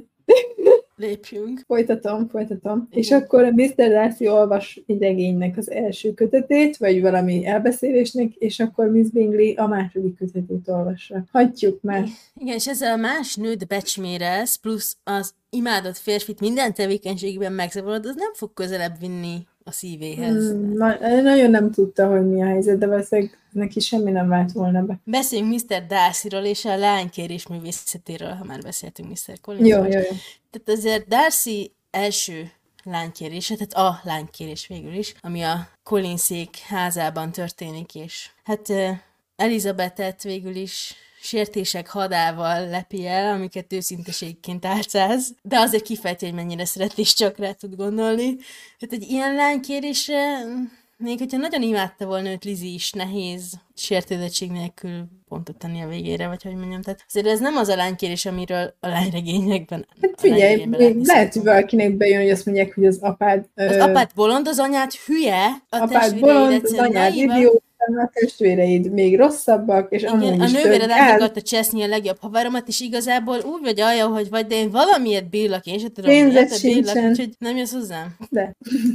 B: Lépjünk.
E: folytatom.
B: Igen.
E: És akkor a Mr. Darcy olvas egy regénynek az első kötetét, vagy valami elbeszélésnek, és akkor Miss Bingley a második kötetét olvassa. Hagyjuk már.
B: Igen, és ezzel a más nőt becsmérelsz, plusz az imádott férfit minden tevékenységben megzavarod, az nem fog közelebb vinni a szívéhez.
E: Nagyon nem tudta, hogy mi a helyzet, de valószínűleg neki semmi nem vált volna be.
B: Beszéljünk Mr. Darcyról és a lánykérés művészetéről, ha már beszéltünk Mr. Collinsról.
E: Jó.
B: Tehát azért Darcy első lánykérése, tehát a lánykérés végül is, ami a Collinsék házában történik, és hát Elizabethet végül is sértések hadával lepi el, amiket őszinteségként álcáz, de azért kifejti, hogy mennyire szeret és csak rá tud gondolni. Hát egy ilyen lánykérésre, még hogyha nagyon imádta volna őt Lizzie is, nehéz sértődöttség nélkül pontot tenni a végére, vagy hogy mondjam. Tehát azért ez nem az a lánykérés, amiről a lányregényekben...
E: Hát figyelj, lehet, hogy valakinek bejön, hogy azt mondják, hogy az apád...
B: Az apád bolond, az anyád hülye, a
E: apád bolond, az anyád idióta, a testvéreid még rosszabbak, és amúgy
B: igen,
E: is
B: a nővéred át akarta cseszni a legjobb haveromat, és igazából úgy vagy alja, hogy vagy, de én valamiért bírlak, én sem tudom,
E: pénzed
B: bírlak,
E: sincsen.
B: úgyhogy nem jössz hozzám.
E: De.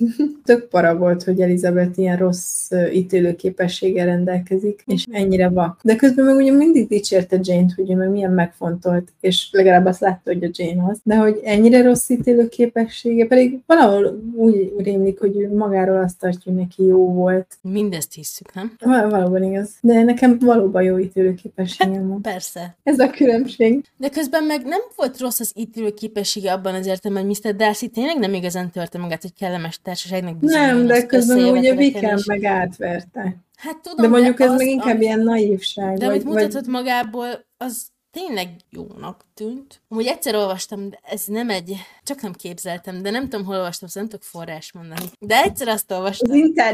E: Tök para volt, hogy Elizabeth ilyen rossz ítélőképességgel rendelkezik, és ennyire vak. De közben meg ugye mindig dicsérte Jane-t, hogy ő meg milyen megfontolt, és legalább azt látta, hogy a Jane az. De hogy ennyire rossz ítélőképessége, pedig valahol úgy rémlik, hogy ő magáról azt tartja, hogy neki jó volt.
B: Mindezt hisszük, nem?
E: Valóban igaz. De nekem valóban jó ítélőképességem van.
B: Persze.
E: Ez a különbség.
B: De közben meg nem volt rossz az ítélőképessége abban az értelemben, hogy Mr. Darcy tényleg nem igazán törte magát, hogy kellemes társaságnak bizonyuljon.
E: Nem, de
B: az
E: közben ugye
B: összejöveteleken
E: Wickham
B: is.
E: meg átverte.
B: Hát tudom,
E: De mondjuk ez
B: az,
E: meg inkább ilyen naívság.
B: de amit mutatott magából, az tényleg jónak tűnt. Amúgy egyszer olvastam, de ez nem csak nem képzeltem, de nem tudom, hol olvastam, szóval nem tudok forrás mondani. De egyszer azt olvastam.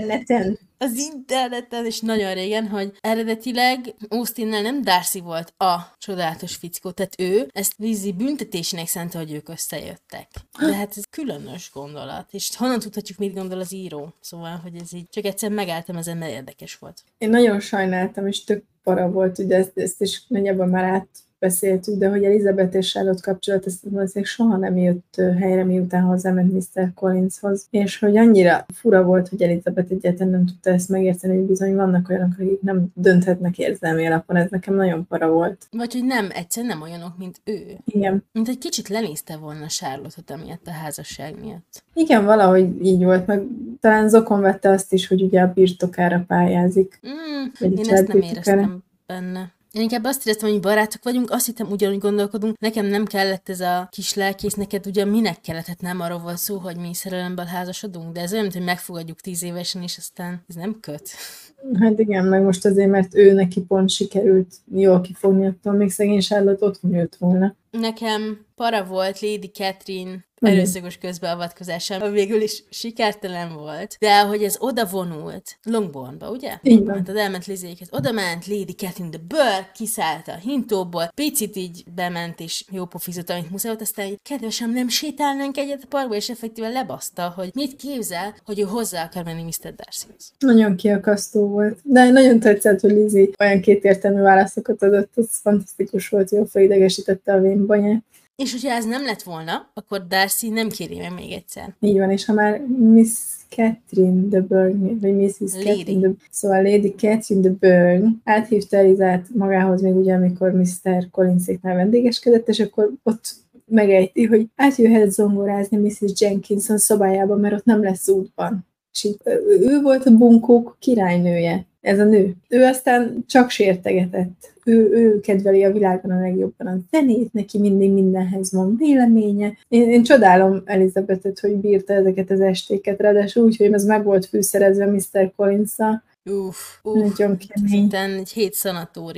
B: Az interneten, és nagyon régen, hogy eredetileg Austinnel nem Darcy volt a csodálatos fickó, tehát ő ezt Lizzie büntetésének szánta, hogy ők összejöttek. De hát ez különös gondolat, és honnan tudhatjuk, mit gondol az író? Szóval, hogy ez így csak egyszer megálltam ezen, mert érdekes volt.
E: Én nagyon sajnáltam, és tök para volt, ugye ezt is nagyjából már átbeszéltük, de hogy Elizabeth és Charlotte kapcsolat, ez valószínűleg soha nem jött helyre, miután hozzáment Mr. Collinshoz, és hogy annyira fura volt, hogy Elizabeth egyáltalán nem tudta ezt megérteni, hogy bizony vannak olyanok, akik nem dönthetnek érzelmi alapon, ez nekem nagyon para volt.
B: Vagy hogy nem, egyszerűen nem olyanok, mint ő.
E: Igen.
B: Mint egy kicsit lenézte volna Charlotte-ot emiatt a házasság miatt.
E: Igen, valahogy így volt, meg talán zokon vette azt is, hogy ugye a birtokára pályázik.
B: Én ezt nem éreztem benne. Én inkább azt éreztem, hogy barátok vagyunk, azt hittem ugyanúgy gondolkodunk, nekem nem kellett ez a kis lelkész, neked ugye minek kellett, hát nem arról volt szó, hogy mi szerelemből házasodunk, de ez olyan, mint hogy megfogadjuk 10 évesen, és aztán ez nem köt. Hát
E: igen, meg most azért, mert ő neki pont sikerült jól kifogni, attól még szegény Charlotte otthon jött volna.
B: Nekem para volt Lady Catherine erőszakos közbeavatkozása, végül is sikertelen volt, de hogy ez oda vonult Longbournba, ugye?
E: Így van.
B: Hát elment Lizzékhez, oda ment Lady Catherine de Burgh, kiszállt a hintóból, picit így bement és jó pofizott, amit muszáj volt, aztán így, kedvesem, nem sétálnánk egyet a parkba, és effektíven lebaszta, hogy mit képzel, hogy ő hozzá akar menni Mr. Darcyhoz.
E: Nagyon kiakasztó volt. De nagyon tetszett, hogy Lizzie olyan kétértelmű válaszokat adott, ez fantasztikus volt, jól felidegesítette a vénbanyát.
B: És hogyha ez nem lett volna, akkor Darcy nem kéri meg még egyszer.
E: Így van, és ha már Miss Catherine de Burgh, vagy Mrs. Catherine szóval Lady Catherine de Burgh áthívta Elizát magához még ugye, amikor Mr. Collinséknál vendégeskedett, és akkor ott megejti, hogy átjöhet zongorázni Mrs. Jenkinson szobájába, mert ott nem lesz útban. És így, ő volt a bunkók királynője, ez a nő. Ő aztán csak sértegetett. Ő kedveli a világon a legjobban a zenét, neki mindig mindenhez van véleménye. Én csodálom Elizabethet, hogy bírta ezeket az estéket, ráadásul úgy, hogy ez meg volt fűszerezve Mr. Collins-szal. Nagyon kemény.
B: Aztán egy 7 szanatórium.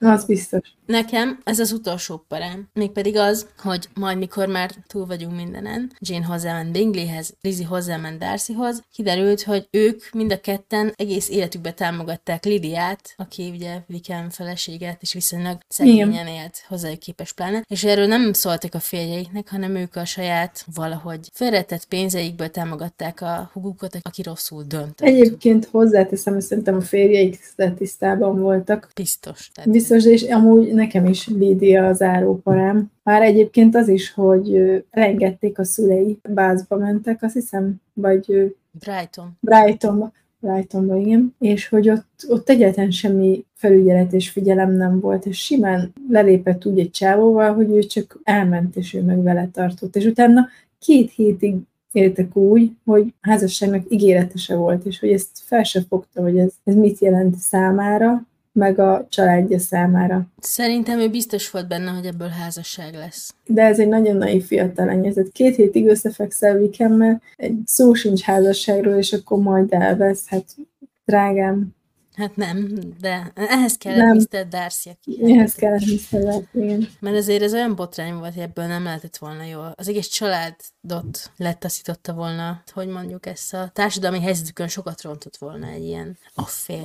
E: Az biztos.
B: Nekem ez az utolsó parám, mégpedig az, hogy majd mikor már túl vagyunk mindenen, Jane hozzáment Bingleyhez, Lizzie hozzáment Darcyhoz, kiderült, hogy ők mind a ketten egész életükben támogatták Lidiát, aki ugye Wickham feleséget és viszonylag szegényen élt, hozzájuk képes pláne, és erről nem szóltak a férjeiknek, hanem ők a saját valahogy félretett pénzeikből támogatták a húgukat, aki rosszul döntött.
E: Egyébként hozzáteszem, hogy szerintem a férjeik tisztában voltak.
B: Biztos. Tehát
E: Biztos, és amúgy nekem is Lídia az áróparám. Már egyébként az is, hogy elengedték a szülei, Bathba mentek, azt hiszem, vagy Brightonba, igen, és hogy ott egyáltalán semmi felügyelet és figyelem nem volt, és simán lelépett úgy egy csávóval, hogy ő csak elment, és ő meg vele tartott. És utána 2 hétig éltek úgy, hogy házasságnak ígérete se volt, és hogy ezt fel se fogta, hogy ez mit jelent számára, meg a családja számára.
B: Szerintem ő biztos volt benne, hogy ebből házasság lesz.
E: De ez egy nagyon naív fiatal lány. Ez 2 hétig összefekszel Wickham-mel, egy szó sincs házasságról, és akkor majd elvesz. Hát, drágám.
B: Hát nem, de ehhez kellett Mr. Darcy,
E: Ehhez kellett Mr. Darcy, igen.
B: Mert azért ez olyan botrány volt, hogy ebből nem lehetett volna jól. Az egész családot letaszította volna, hogy mondjuk ezt a társadalmi helyzetükön sokat rontott volna egy ilyen affér.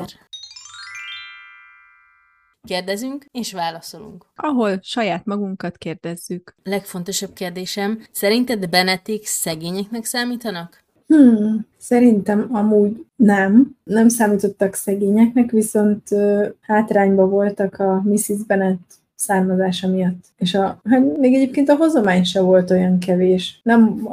B: Kérdezünk, és válaszolunk.
C: Ahol saját magunkat kérdezzük.
B: Legfontosabb kérdésem, szerinted Benneték szegényeknek számítanak?
E: Szerintem amúgy nem számítottak szegényeknek, viszont hátrányba voltak a Mrs. Bennet származása miatt. És hát még egyébként a hozomány se volt olyan kevés. Nem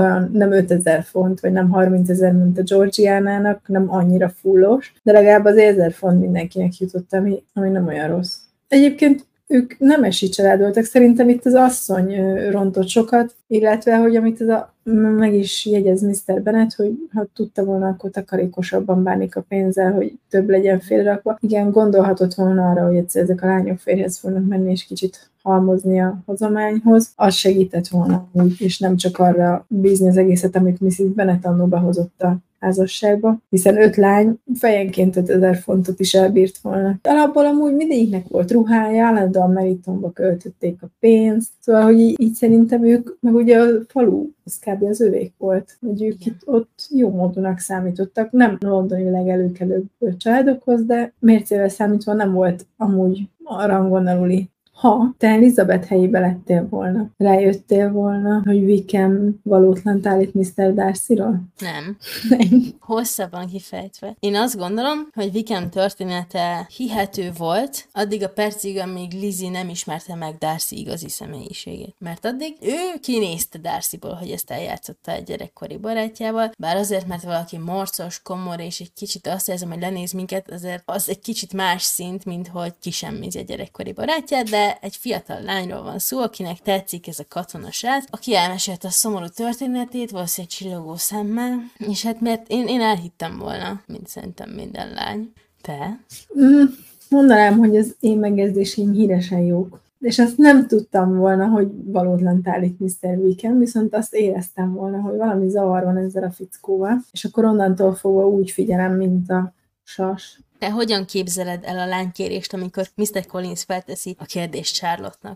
E: 5000 font, vagy nem 30 000, mint a Georgiánának, nem annyira fullos, de legalább az 1000 font mindenkinek jutott, ami nem olyan rossz. Egyébként ők nemesi család voltak, szerintem itt az asszony rontott sokat, illetve, hogy amit meg is jegyez Mr. Bennet, hogy ha tudta volna, akkor takarékosabban bánik a pénzzel, hogy több legyen félrakva. Igen, gondolhatott volna arra, hogy egyszer ezek a lányok férjhez fognak menni, és kicsit halmozni a hozományhoz. Az segített volna úgy, és nem csak arra bízni az egészet, amit Mrs. Bennet annó behozott a házasságba, hiszen 5 lány fejenként 5000 fontot is elbírt volna. Alapból amúgy mindegyiknek volt ruhája, állandóan Meritonba költötték a pénzt, szóval, hogy így szerintem ők, meg ugye a falu, az kb. Az övék volt, hogy ők itt ott jó módúnak számítottak, nem londoni legelőkelőbb családokhoz, de mércével számítva nem volt amúgy a rangon aluli. Ha te Elizabeth helyébe lettél volna, rájöttél volna, hogy Wickham valótlant állít Mr. Darcyról?
B: Nem. Hosszabban kifejtve. Én azt gondolom, hogy Wickham története hihető volt, addig a percig, amíg Lizzie nem ismerte meg Darcy igazi személyiségét. Mert addig ő kinézte Darcyból, hogy ezt eljátszotta egy gyerekkori barátjával, bár azért, mert valaki morcos, komor, és egy kicsit azt érzem, hogy lenéz minket, azért az egy kicsit más szint, mint hogy kisemmizi a gyerekkori barátját, de egy fiatal lányról van szó, akinek tetszik ez a katonasrác, aki elmesélte a szomorú történetét, valószínűleg csillogó szemmel, és hát mert én elhittem volna, mint szerintem minden lány. Te?
E: Mondanám, hogy az én megjegyzéseim híresen jók. És azt nem tudtam volna, hogy valótlant állít Mr. Wickham, viszont azt éreztem volna, hogy valami zavar van ezzel a fickóval, és akkor onnantól fogva úgy figyelem, mint a sas.
B: Te hogyan képzeled el a lánykérést, amikor Mr. Collins felteszi a kérdést Charlotte-nak?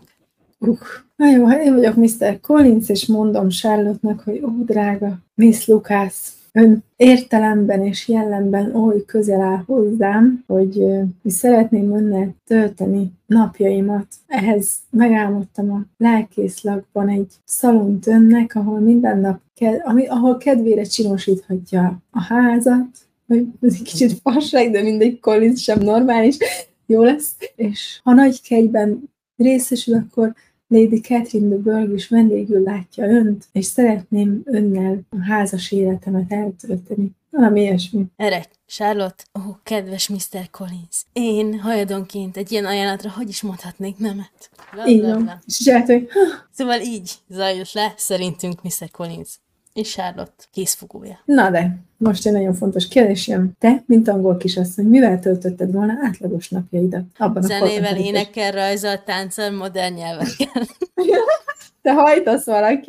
E: Na jó, hát én vagyok Mr. Collins, és mondom Charlotte-nak, hogy drága Miss Lucas, ön értelemben és jellemben oly közel áll hozzám, hogy szeretném önnel tölteni napjaimat. Ehhez megálmodtam a lelkészlakban egy szalont önnek, ahol minden nap, ahol kedvére csinosíthatja a házat, hogy ez egy kicsit fasság, de mindegy, Collins sem normális, jó lesz. És ha nagy kegyben részesül, akkor Lady Catherine de Bourgh is vendégül látja önt, és szeretném önnel a házas életemet eltölteni. Valami ilyesmi.
B: Erre, Charlotte, kedves Mr. Collins, én hajadonként egy ilyen ajánlatra hogy is mondhatnék nemet?
E: Így van. És csinálta, hogy
B: Szóval így zajlott le szerintünk Mr. Collins és Charlotte készfogója.
E: Na de, most egy nagyon fontos kérdés jön. Te, mint angol kisasszony, mivel töltötted volna átlagos napjaidat? Abban
B: zenével, énekkel, rajzzal, tánccal, modern nyelvekkel.
E: Te hajtasz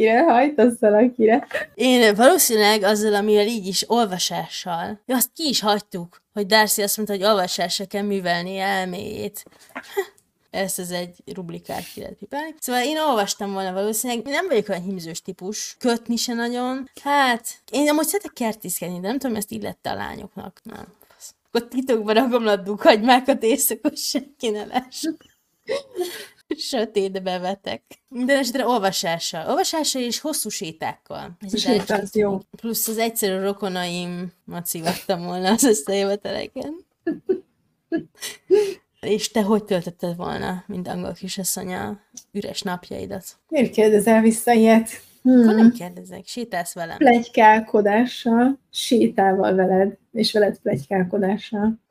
E: valakire.
B: Én valószínűleg azzal, amivel így is, olvasással. Azt ki is hagytuk, hogy Darcy azt mondta, hogy olvasással kell művelni elméjét. ezt az egy rublikát ki lehet pipálni. Szóval én olvastam volna valószínűleg, nem vagyok olyan hímzős típus, kötni se nagyon. Hát, én amúgy szeretek kertészkedni, de nem tudom, ezt illette a lányoknak. Nem. Akkor titokban rakom dughagymákat éjszakos senki ne lássa. Sötétbe vetek. Minden esetre olvasással és hosszú sétákkal.
E: Sétálsz, jó.
B: Plusz az egyszerű rokonaimat szivattam volna az összejöveteleken. És te hogy töltötted volna, mint angol kisasszony, a üres napjaidat?
E: Miért kérdezel vissza ilyet?
B: Akkor nem kérdezek, sétálsz velem.
E: Pletykálkodással, sétával veled, és veled pletykálkodással,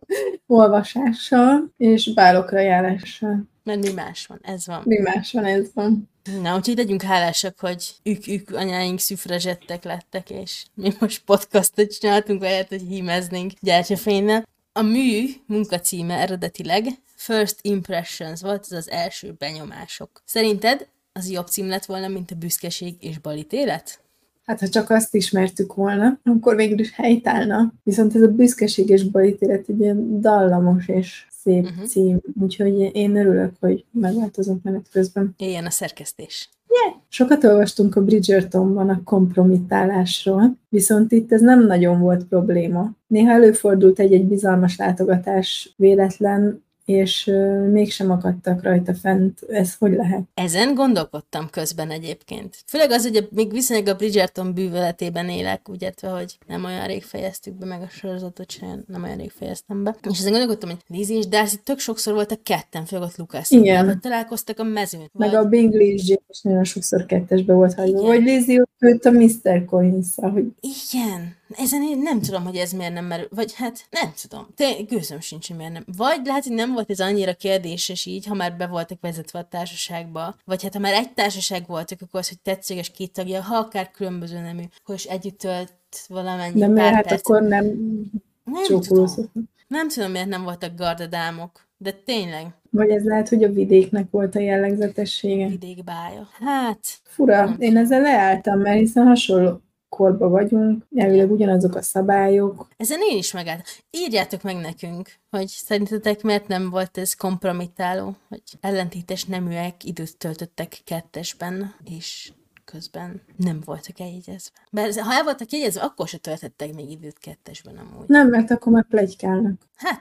E: olvasással, és bálokra járással.
B: Mert mi más van, ez van.
E: Mi más van, ez van.
B: Na, úgyhogy legyünk hálásak, hogy ők anyáink szüfrezsettek lettek, és mi most podcastot csináltunk, vagy hogy hímeznénk gyertyafényre. A munkacíme eredetileg First Impressions volt, ez az első benyomások. Szerinted az jobb cím lett volna, mint a büszkeség és balítélet?
E: Hát, ha csak azt ismertük volna, akkor végül is helytállna. Viszont ez a büszkeség és balítélet egy ilyen dallamos és szép cím. Úgyhogy én örülök, hogy megváltozott menet közben.
B: Éljen a szerkesztés.
E: Sokat olvastunk a Bridgertonban a kompromittálásról, viszont itt ez nem nagyon volt probléma. Néha előfordult egy bizalmas látogatás véletlen, és mégsem akadtak rajta fent. Ez hogy lehet?
B: Ezen gondolkodtam közben egyébként. Főleg az, hogy még viszonylag a Bridgerton bűvöletében élek, úgy értve, hogy nem olyan rég fejeztük be, meg a sorozatot sem nem olyan rég fejeztem be. És ezen gondolkodtam, hogy Lizzie és Darcy tök sokszor voltak ketten, főleg ott Lucas-szal, vagy találkoztak a mezőn.
E: Meg a Bingley és Jane is nagyon sokszor kettesbe volt hagyva. Vagy Lizzie őt a Mr. Collins-szal, hogy...
B: Igen. Ezen én nem tudom, hogy ez miért nem merül, vagy hát nem tudom. Gőzöm sincs, hogy miért nem. Vagy lehet, hogy nem volt ez annyira kérdéses így, ha már be voltak vezetve a társaságba, vagy hát ha már egy társaság voltak, akkor az, hogy tetszőleges két tagja, ha akár különböző nemű, hogy is együtt tölt valamennyi
E: de
B: pár
E: miért hát
B: perc.
E: akkor nem csókolóztak?
B: Nem tudom, miért nem voltak gardadámok, de tényleg.
E: Vagy ez lehet, hogy a vidéknek volt a jellegzetessége.
B: Vidékbája. Hát...
E: Fura, én ezzel leálltam, mert hiszen hasonló korba vagyunk, elvileg ugyanazok a szabályok.
B: Ezen én is megálltam. Írjátok meg nekünk, hogy szerintetek miért nem volt ez kompromittáló, hogy ellentétes neműek időt töltöttek kettesben, és közben nem voltak eljegyezve. Bár ha el voltak jegyezve, akkor se töltöttek még időt kettesben amúgy.
E: Nem, mert akkor már pletykálnak.
B: Hát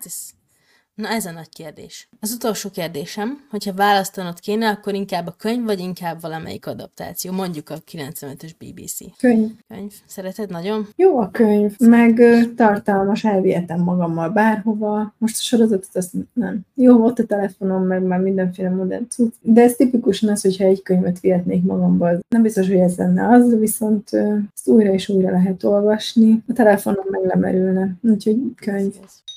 B: ez a nagy kérdés. Az utolsó kérdésem, hogyha választanod kéne, akkor inkább a könyv, vagy inkább valamelyik adaptáció? Mondjuk a 95-ös BBC.
E: Könyv.
B: Szereted nagyon?
E: Jó a könyv, meg tartalmas, elvihetem magammal bárhova. Most a sorozatot azt nem. Jó, ott a telefonom, meg már mindenféle modern cucc. De ez tipikusan az, hogyha egy könyvet vihetnék magamban. Nem biztos, hogy ez lenne az, viszont ezt újra és újra lehet olvasni. A telefonom meg lemerülne. Úgyhogy könyv.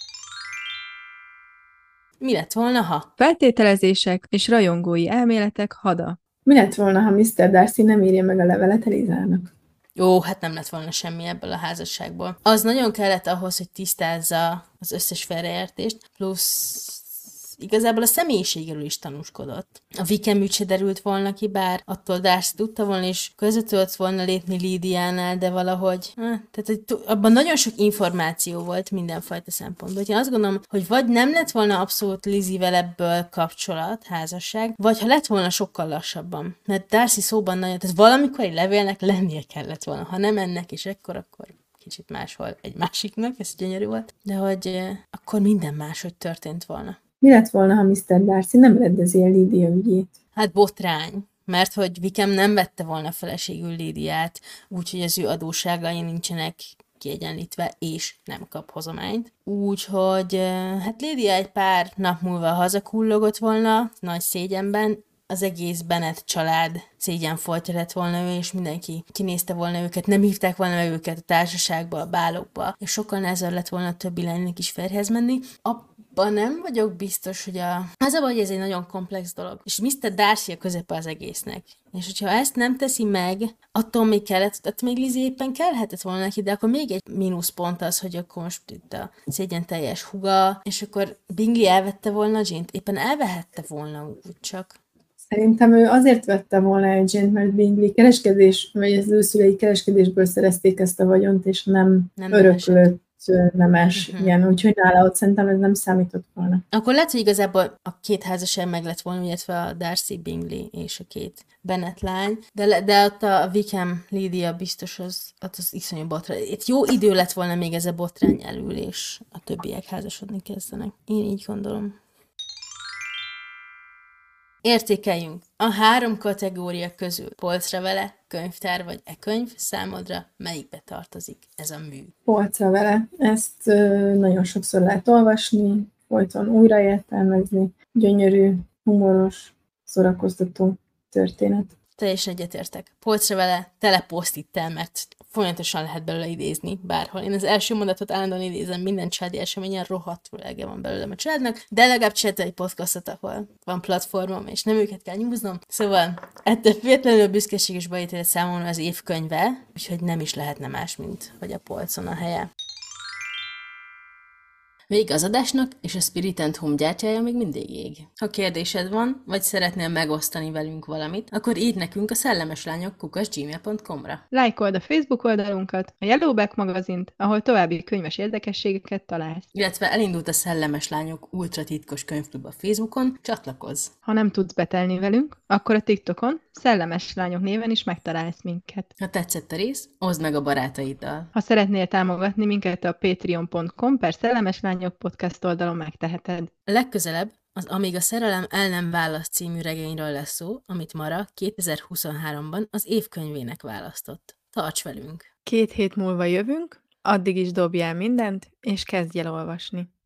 B: Mi lett volna, ha?
C: Feltételezések és rajongói elméletek hada.
E: Mi lett volna, ha Mr. Darcy nem írja meg a levelet Elizának?
B: Jó, hát nem lett volna semmi ebből a házasságból. Az nagyon kellett ahhoz, hogy tisztázza az összes félreértést, plusz igazából a személyiségéről is tanúskodott. A Wickham ügy se derült volna ki, bár attól Darcy tudta volna, és közre tudott volna lépni Lídiánál, de valahogy... Tehát abban nagyon sok információ volt mindenfajta szempontból. Én azt gondolom, hogy vagy nem lett volna abszolút Lizzie-vel ebből kapcsolat, házasság, vagy ha lett volna sokkal lassabban. Mert Darcy szóban nagyon... Tehát valamikor egy levélnek lennie kellett volna. Ha nem ennek is akkor kicsit máshol egy másiknak, ez gyönyörű volt. De hogy akkor minden máshogy történt volna.
E: Mi lett volna, ha Mr. Darcy nem rendezi el Lídia ügyét?
B: Hát botrány, mert hogy Wickham nem vette volna feleségül Lídiát, úgyhogy az ő adósságai nincsenek kiegyenlítve, és nem kap hozományt. Úgyhogy hát Lídia egy pár nap múlva hazakullogott volna, nagy szégyenben, az egész Bennet család szégyenfoltja lett volna ő, és mindenki kinézte volna őket, nem hívták volna meg őket a társaságba, a bálokba, és sokkal nehezebb lett volna a többi lánynak is férjhez menni. Abban nem vagyok biztos, hogy az a baj, hogy ez egy nagyon komplex dolog. És Mr. Darcy a közepe az egésznek. És hogyha ezt nem teszi meg, attól még még Lizzie éppen kellhetett volna neki, de akkor még egy mínuszpont az, hogy akkor most itt a szégyen teljes húga, és akkor Bingley elvette volna Jane-t, éppen elvehette volna úgy csak.
E: Szerintem ő azért vette volna el Jane-t, mert Bingley vagy az ő szülei kereskedésből szerezték ezt a vagyont, és nem öröklött nemes, igen, úgyhogy nála ott szerintem ez nem számított volna.
B: Akkor lehet, hogy igazából a két házasság meg lett volna, illetve a Darcy Bingley és a két Bennet lány, de ott a Wickham Lydia biztos az iszonyú botrány. Itt jó idő lett volna még ez a botrány elől, és a többiek házasodni kezdenek. Én így gondolom. Értékeljünk. A 3 kategória közül polcra vele, könyvtár vagy e-könyv számodra melyikbe tartozik ez a mű?
E: Polcra vele. Ezt nagyon sokszor lehet olvasni, folyton újraértelmezni. Gyönyörű, humoros, szórakoztató történet.
B: Teljesen egyetértek. Polcra vele tele posztittel, mert folyamatosan lehet belőle idézni bárhol. Én az első mondatot állandóan idézem, minden családi eseményen rohadtul elege van belőlem a családnak, de legalább csináltam egy podcastot, ahol van platformom, és nem őket kell nyúznom. Szóval ettől függetlenül büszkeség és beítélet számomra az év könyve, úgyhogy nem is lehetne más, mint hogy a polcon a helye. Még az adásnak és a Spirit & Home gyártjája még mindig ég. Ha kérdésed van, vagy szeretnél megosztani velünk valamit, akkor írd nekünk a szellemeslányok@gmail.com-ra.
D: Lájkold a Facebook oldalunkat, a Yellowback magazint, ahol további könyves érdekességeket találsz.
B: Illetve elindult a Szellemes Lányok ultra titkos könyvklub a Facebookon, csatlakozz!
D: Ha nem tudsz betelni velünk, akkor a TikTokon Szellemes Lányok néven is megtalálsz minket.
B: Ha tetszett a rész, oszd meg a barátaiddal.
D: Ha szeretnél támogatni minket, a patreon.com/Szellemes Lányok podcast oldalon megteheted.
B: Legközelebb az Amíg a szerelem el nem választ című regényről lesz szó, amit Mara 2023-ban az évkönyvének választott. Tarts velünk!
D: 2 hét múlva jövünk, addig is dobj el mindent, és kezdj el olvasni.